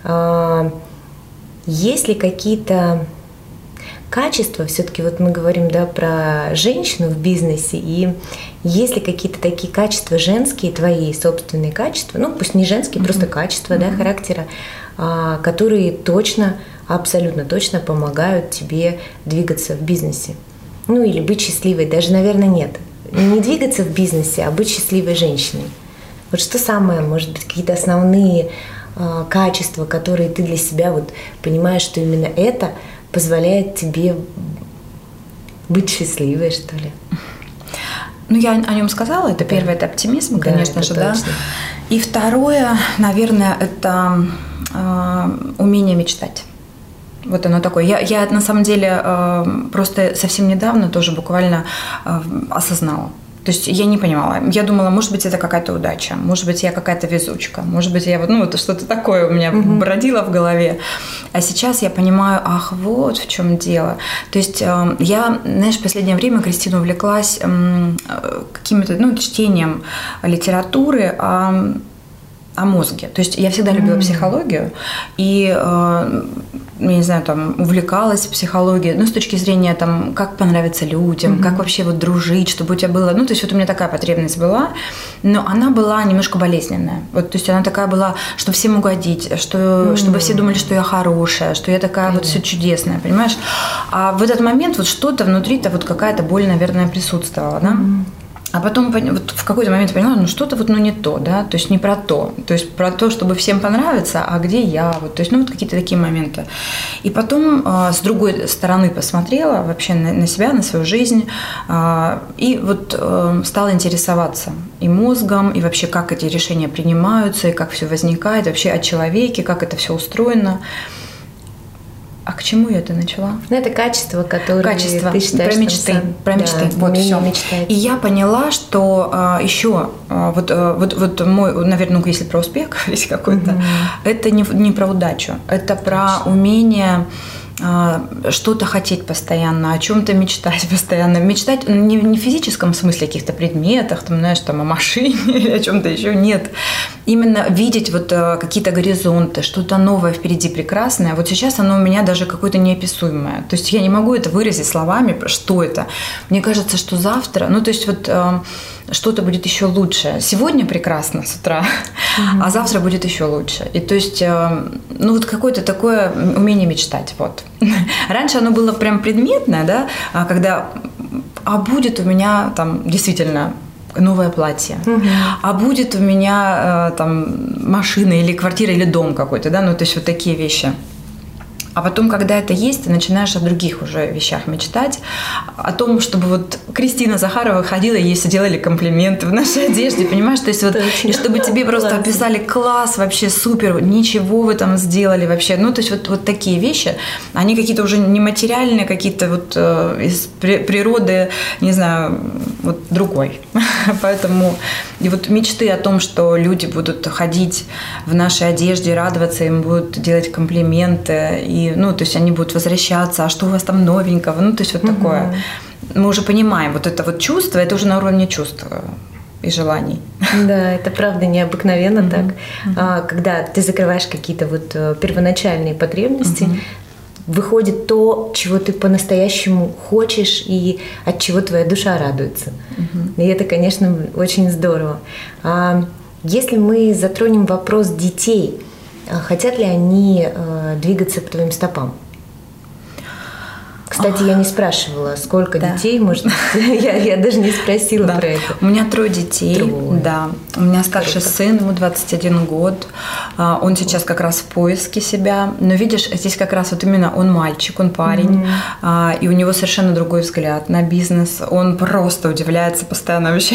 есть ли какие-то качества, все-таки вот мы говорим, про женщину в бизнесе, и есть ли какие-то такие качества женские, твои собственные качества, пусть не женские, просто качества, характера, которые точно, абсолютно точно помогают тебе двигаться в бизнесе, или быть счастливой, даже, наверное, нет, не двигаться в бизнесе, а быть счастливой женщиной. Вот что самое, может быть, какие-то основные качества, которые ты для себя понимаешь, что именно это позволяет тебе быть счастливой, что ли? Я о нем сказала. Это первое, это оптимизм, конечно же, да. И второе, наверное, это умение мечтать. Вот оно такое. Я на самом деле просто совсем недавно тоже буквально осознала. То есть я не понимала. Я думала, может быть, это какая-то удача, может быть, я какая-то везучка, может быть, я вот что-то такое у меня бродило в голове. А сейчас я понимаю, вот в чем дело. То есть я, в последнее время, Кристина, увлеклась каким-то, чтением литературы о мозге. То есть я всегда любила психологию, и я не знаю, там, увлекалась психологией, ну, с точки зрения, там, как понравиться людям, как вообще вот дружить, чтобы у тебя было, ну, то есть вот у меня такая потребность была, но она была немножко болезненная, вот, то есть она такая была, что всем угодить, что, чтобы все думали, что я хорошая, что я такая вот все чудесная, понимаешь? А в этот момент вот что-то внутри-то вот какая-то боль, наверное, присутствовала, да? А потом вот в какой-то момент поняла, ну что-то вот, ну не то, да, то есть не про то, то есть про то, чтобы всем понравиться, а где я, вот, то есть, ну вот какие-то такие моменты. И потом с другой стороны посмотрела вообще на себя, на свою жизнь, и вот стала интересоваться и мозгом, и вообще как эти решения принимаются, и как все возникает, вообще о человеке, как это все устроено. А к чему я это начала? Ну, это качество, которое ты считаешь... Про мечты. Про мечты. Да, вот все. И я поняла, что еще вот мой, наверное, если про успех говорить какой-то, это не про удачу, это про умение что-то хотеть постоянно, о чем-то мечтать постоянно. Мечтать не в физическом смысле, о каких-то предметах, там, знаешь, там, о машине или о чем-то еще, нет. Именно видеть вот какие-то горизонты, что-то новое впереди прекрасное. Вот сейчас оно у меня даже какое-то неописуемое. То есть я не могу это выразить словами, что это. Мне кажется, что завтра, ну, то есть вот что-то будет еще лучше. Сегодня прекрасно с утра, а завтра будет еще лучше. И то есть, ну, вот какое-то такое умение мечтать, вот. Раньше оно было прям предметное, да, когда, а будет у меня там действительно новое платье, а будет у меня там машина или квартира или дом какой-то, да, ну, то есть вот такие вещи. А потом, когда это есть, ты начинаешь о других уже вещах мечтать, о том, чтобы вот Кристина Захарова ходила, ей все делали комплименты в нашей одежде, понимаешь? То есть вот, и чтобы тебе просто описали класс, вообще супер, ничего вы там сделали вообще. Ну, то есть вот такие вещи, они какие-то уже нематериальные, какие-то вот из природы, не знаю, вот другой. Поэтому и вот мечты о том, что люди будут ходить в нашей одежде, радоваться, им будут делать комплименты, и, ну, то есть они будут возвращаться, а что у вас там новенького, ну, то есть вот такое. Мы уже понимаем, вот это вот чувство, это уже на уровне чувств и желаний. Да, это правда необыкновенно так. Когда ты закрываешь какие-то вот первоначальные потребности, выходит то, чего ты по-настоящему хочешь и от чего твоя душа радуется. И это, конечно, очень здорово. Если мы затронем вопрос детей, хотят ли они двигаться по твоим стопам? Кстати, я не спрашивала, сколько детей, может быть, я даже не спросила про это. У меня 3 детей, да. У меня старший сын, ему 21 год, он сейчас как раз в поиске себя, но видишь, здесь как раз вот именно он мальчик, он парень, и у него совершенно другой взгляд на бизнес, он просто удивляется постоянно вообще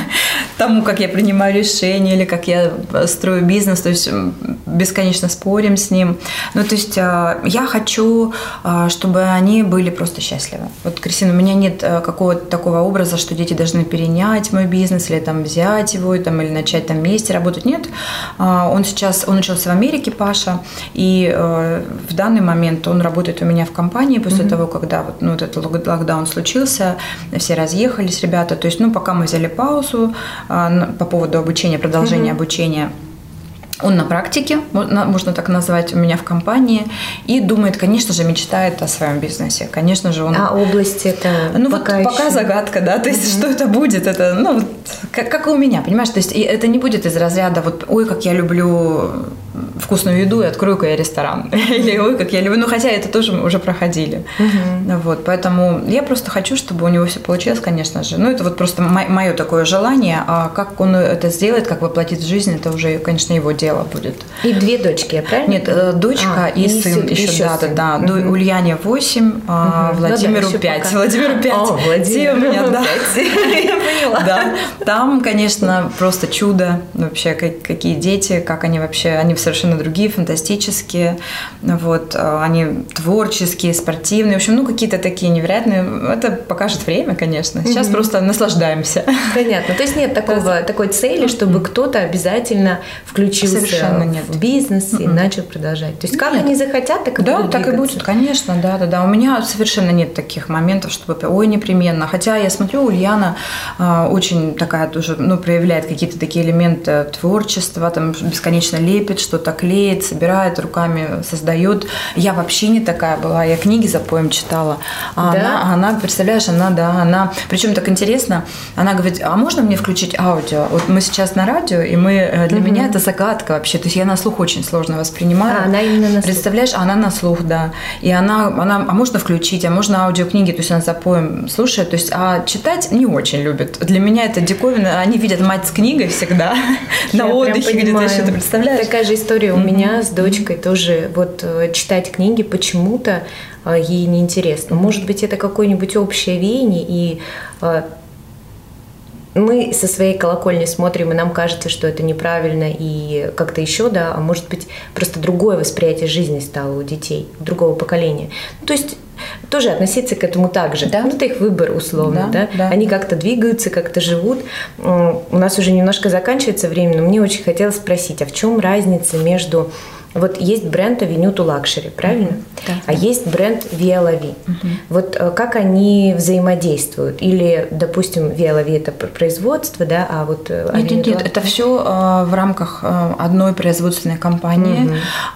тому, как я принимаю решения или как я строю бизнес, то есть бесконечно спорим с ним. Ну, то есть я хочу, чтобы они были просто счастливы. Вот, Кристина, у меня нет какого-то такого образа, что дети должны перенять мой бизнес или там взять его, там, или начать там вместе работать. Нет. Он учился в Америке, Паша, и в данный момент он работает у меня в компании после того, когда вот, ну, вот этот локдаун случился, все разъехались, ребята. То есть, ну, пока мы взяли паузу по поводу обучения, продолжения обучения, он на практике, можно так назвать, у меня в компании, и думает, конечно же, мечтает о своем бизнесе. Конечно же, он... А область это ну, пока вот пока загадка, да, то есть что это будет, это, ну, вот, как и у меня, понимаешь, то есть это не будет из разряда вот, ой, как я люблю вкусную еду, и открою-ка я ресторан, или ой, как я люблю, ну, хотя это тоже мы уже проходили, вот, поэтому я просто хочу, чтобы у него все получилось, конечно же, ну, это вот просто мое такое желание, а как он это сделает, как воплотит в жизнь, это уже, конечно, его дело будет. И 2 дочки, я правильно? Нет, дочка и сын еще, да. Ульяне 8, Владимиру 5. Владимиру 5. О, Владимиру 5. Я поняла. Да. Там, конечно, просто чудо. Вообще, какие дети, как они вообще, они совершенно другие, фантастические. Вот, они творческие, спортивные. В общем, ну, какие-то такие невероятные. Это покажет время, конечно. Сейчас просто наслаждаемся. Понятно. То есть нет такой цели, чтобы кто-то обязательно включился в бизнес и начал продолжать. То есть как они захотят, так и будут двигаться. Так и будет, конечно, да. У меня совершенно нет таких моментов, чтобы ой, непременно. Хотя я смотрю, Ульяна очень такая тоже, ну, проявляет какие-то такие элементы творчества, там бесконечно лепит, что-то что-то клеит, собирает, руками создает. Я вообще не такая была, я книги за поем читала. Она, представляешь, она, причем так интересно, она говорит, а можно мне включить аудио? Вот мы сейчас на радио, и для меня это загадка вообще, то есть я на слух очень сложно воспринимаю. Она именно на слух. Представляешь, она на слух, да. И она, а можно включить, а можно аудиокниги, то есть она за поем слушает, то есть, а читать не очень любит. Для меня это диковина, они видят мать с книгой всегда на отдыхе где-то еще, ты представляешь? Такая же история у меня с дочкой тоже, вот читать книги почему-то ей неинтересно. Может быть, это какое-нибудь общее веяние, и мы со своей колокольни смотрим, и нам кажется, что это неправильно и как-то еще, да, а может быть, просто другое восприятие жизни стало у детей, другого поколения. То есть тоже относиться к этому так же. Да? Это их выбор условно. Да? Они как-то двигаются, как-то живут. У нас уже немножко заканчивается время, но мне очень хотелось спросить, а в чем разница между... Вот есть бренд Avenue to Luxury, правильно? Да. А есть бренд Via La Vie. Вот как они взаимодействуют? Или, допустим, Via La Vie – это производство, да, а вот… Нет, это все в рамках одной производственной компании.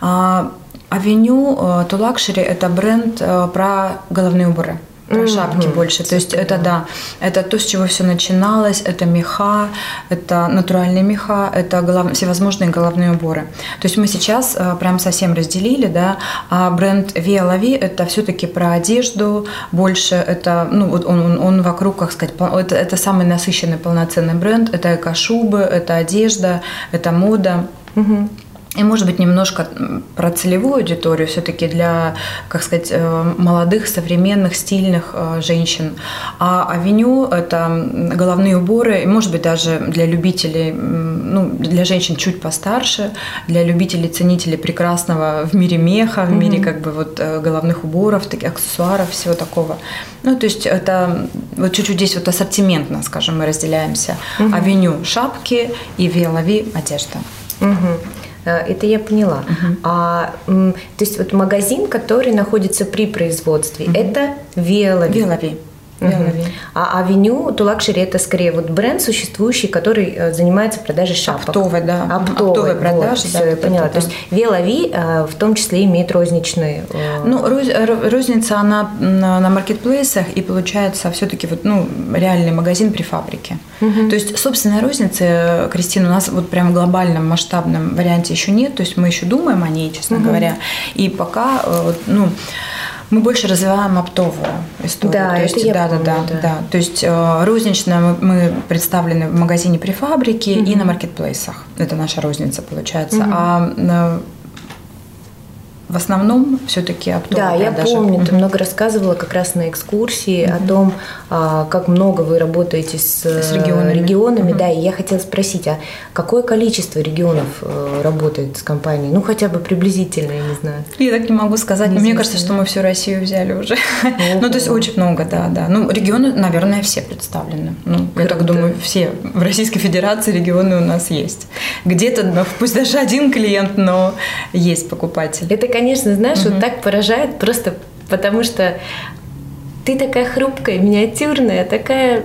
Avenue to Luxury – это бренд про головные уборы. Про шапки больше. То есть это это то, с чего все начиналось, это меха, это натуральные меха, это всевозможные головные уборы. То есть мы сейчас прям совсем разделили, да, а бренд Via La Vie это все-таки про одежду, больше это, ну вот он вокруг, как сказать, это самый насыщенный полноценный бренд, это эко-шубы, это одежда, это мода. И, может быть, немножко про целевую аудиторию все-таки для, как сказать, молодых, современных, стильных женщин. А Авеню – это головные уборы, и, может быть, даже для любителей, ну, для женщин чуть постарше, для любителей, ценителей прекрасного в мире меха, в мире как бы вот головных уборов, таких аксессуаров, всего такого. Ну, то есть это вот чуть-чуть здесь вот ассортиментно, скажем, мы разделяемся. Авеню – шапки и Via La Vie – одежда. Это я поняла. То есть вот магазин, который находится при производстве, это Via La Vie. Via La Vie. А Avenue to Luxury – это скорее вот бренд существующий, который занимается продажей шапок. Оптовой, да. Оптовой продажи. Вот, все, я поняла. То есть Via La Vie в том числе имеет розничные… Ну, розница, она на маркетплейсах, и получается все-таки вот, ну, реальный магазин при фабрике. То есть собственной розницы, Кристина, у нас вот прям в глобальном масштабном варианте еще нет, то есть мы еще думаем о ней, честно говоря. И пока, ну… Мы больше развиваем оптовую историю. Да, то есть, это я помню. То есть рознично мы представлены в магазине при фабрике и на маркетплейсах. Это наша розница получается. А в основном все-таки оптовая продажа. Да, я помню, ты много рассказывала как раз на экскурсии о том, как много вы работаете с регионами. Да, и я хотела спросить, а какое количество регионов работает с компанией? Ну, хотя бы приблизительно, я не знаю. Я так не могу сказать. Мне кажется, что мы всю Россию взяли уже. Ну, то есть очень много, да. Ну, регионы, наверное, все представлены. Ну, я так думаю, все в Российской Федерации регионы у нас есть. Где-то, пусть даже один клиент, но есть покупатель. Это, конечно, знаешь, вот так поражает, просто потому что ты такая хрупкая, миниатюрная, такая,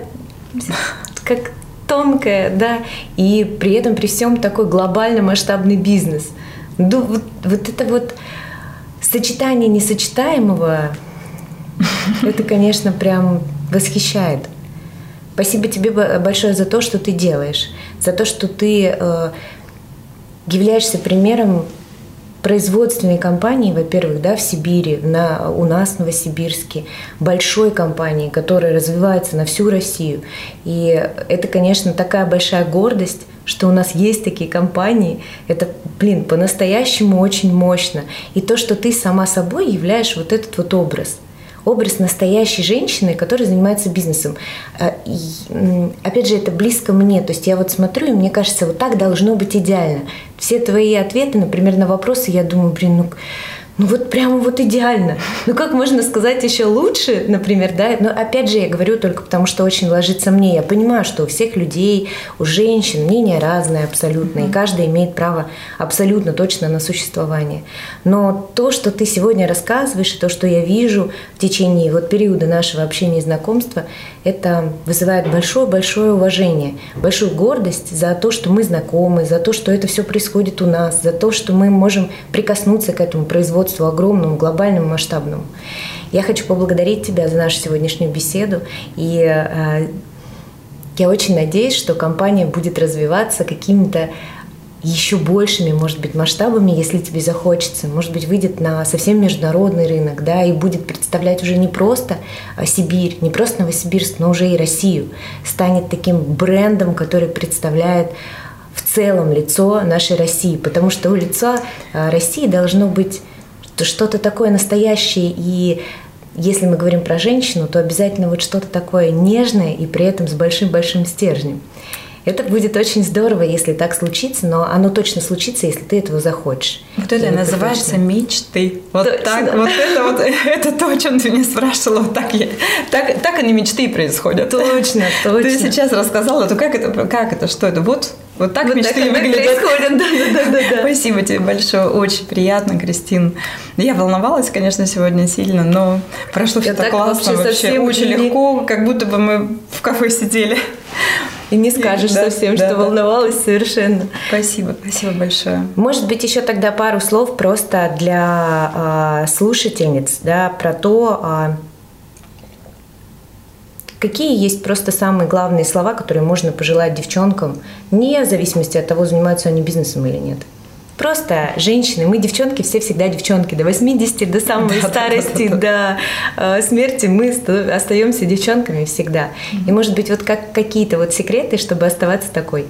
как тонкая, да, и при этом при всем такой глобально масштабный бизнес. Вот это вот сочетание несочетаемого, это, конечно, прям восхищает. Спасибо тебе большое за то, что ты делаешь, за то, что ты являешься примером производственной компании, во-первых, да, в Сибири, у нас в Новосибирске, большой компании, которая развивается на всю Россию. И это, конечно, такая большая гордость, что у нас есть такие компании. Это, по-настоящему очень мощно. И то, что ты сама собой являешь вот этот вот образ настоящей женщины, которая занимается бизнесом. И, опять же, это близко мне. То есть я вот смотрю, и мне кажется, вот так должно быть идеально. Все твои ответы, например, на вопросы, я думаю, ну вот прямо вот идеально. Ну как можно сказать еще лучше, например, да? Но опять же я говорю только потому, что очень ложится мне. Я понимаю, что у всех людей, у женщин мнения разные абсолютно, и каждый имеет право абсолютно точно на существование. Но то, что ты сегодня рассказываешь, и то, что я вижу в течение вот периода нашего общения и знакомства, это вызывает большое-большое уважение, большую гордость за то, что мы знакомы, за то, что это все происходит у нас, за то, что мы можем прикоснуться к этому производству огромному, глобальному, масштабному. Я хочу поблагодарить тебя за нашу сегодняшнюю беседу, и я очень надеюсь, что компания будет развиваться какими-то еще большими, может быть, масштабами, если тебе захочется. Может быть, выйдет на совсем международный рынок, да, и будет представлять уже не просто Сибирь, не просто Новосибирск, но уже и Россию. Станет таким брендом, который представляет в целом лицо нашей России, потому что у лица России должно быть что-то такое настоящее, и если мы говорим про женщину, то обязательно вот что-то такое нежное и при этом с большим-большим стержнем. Это будет очень здорово, если так случится, но оно точно случится, если ты этого захочешь. Вот это называется мечты. Вот точно. Так, это то, о чем ты меня спрашивала. Вот так они мечты и происходят. Точно. Ты сейчас рассказала, то как это, что это? Вот так вот мечты так выглядят. Да. Спасибо тебе большое, очень приятно, Кристин. Я волновалась, конечно, сегодня сильно, но прошло все так классно, вообще очень легко, как будто бы мы в кафе сидели. И не скажешь совсем, что волновалась совершенно. Спасибо большое. Может быть, еще тогда пару слов просто для слушательниц, да, про то, какие есть просто самые главные слова, которые можно пожелать девчонкам, вне зависимости от того, занимаются они бизнесом или нет. Просто женщины, мы девчонки, все всегда девчонки, до 80, до самой старости, до смерти мы остаемся девчонками всегда. И может быть вот какие-то вот секреты, чтобы оставаться такой.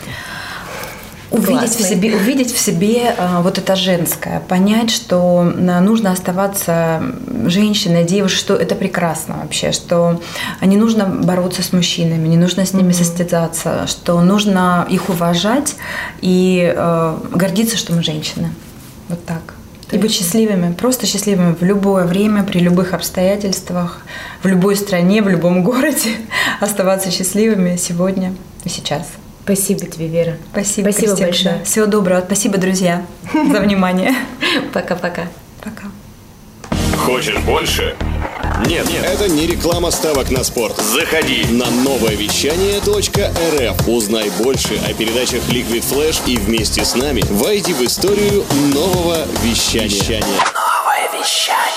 Увидеть в себе вот это женское, понять, что нужно оставаться женщиной, девушкой, что это прекрасно вообще, что не нужно бороться с мужчинами, не нужно с ними состязаться, что нужно их уважать и гордиться, что мы женщины. Вот так. И быть счастливыми, просто счастливыми в любое время, при любых обстоятельствах, в любой стране, в любом городе, оставаться счастливыми сегодня и сейчас. Спасибо тебе, Вера. Спасибо большое. Всего доброго. Спасибо, друзья, за внимание. Пока-пока. Пока. Хочешь больше? Нет, это не реклама ставок на спорт. Заходи на нововещание.рф. Узнай больше о передачах Liquid Flash и вместе с нами войди в историю нового вещания. Новое вещание.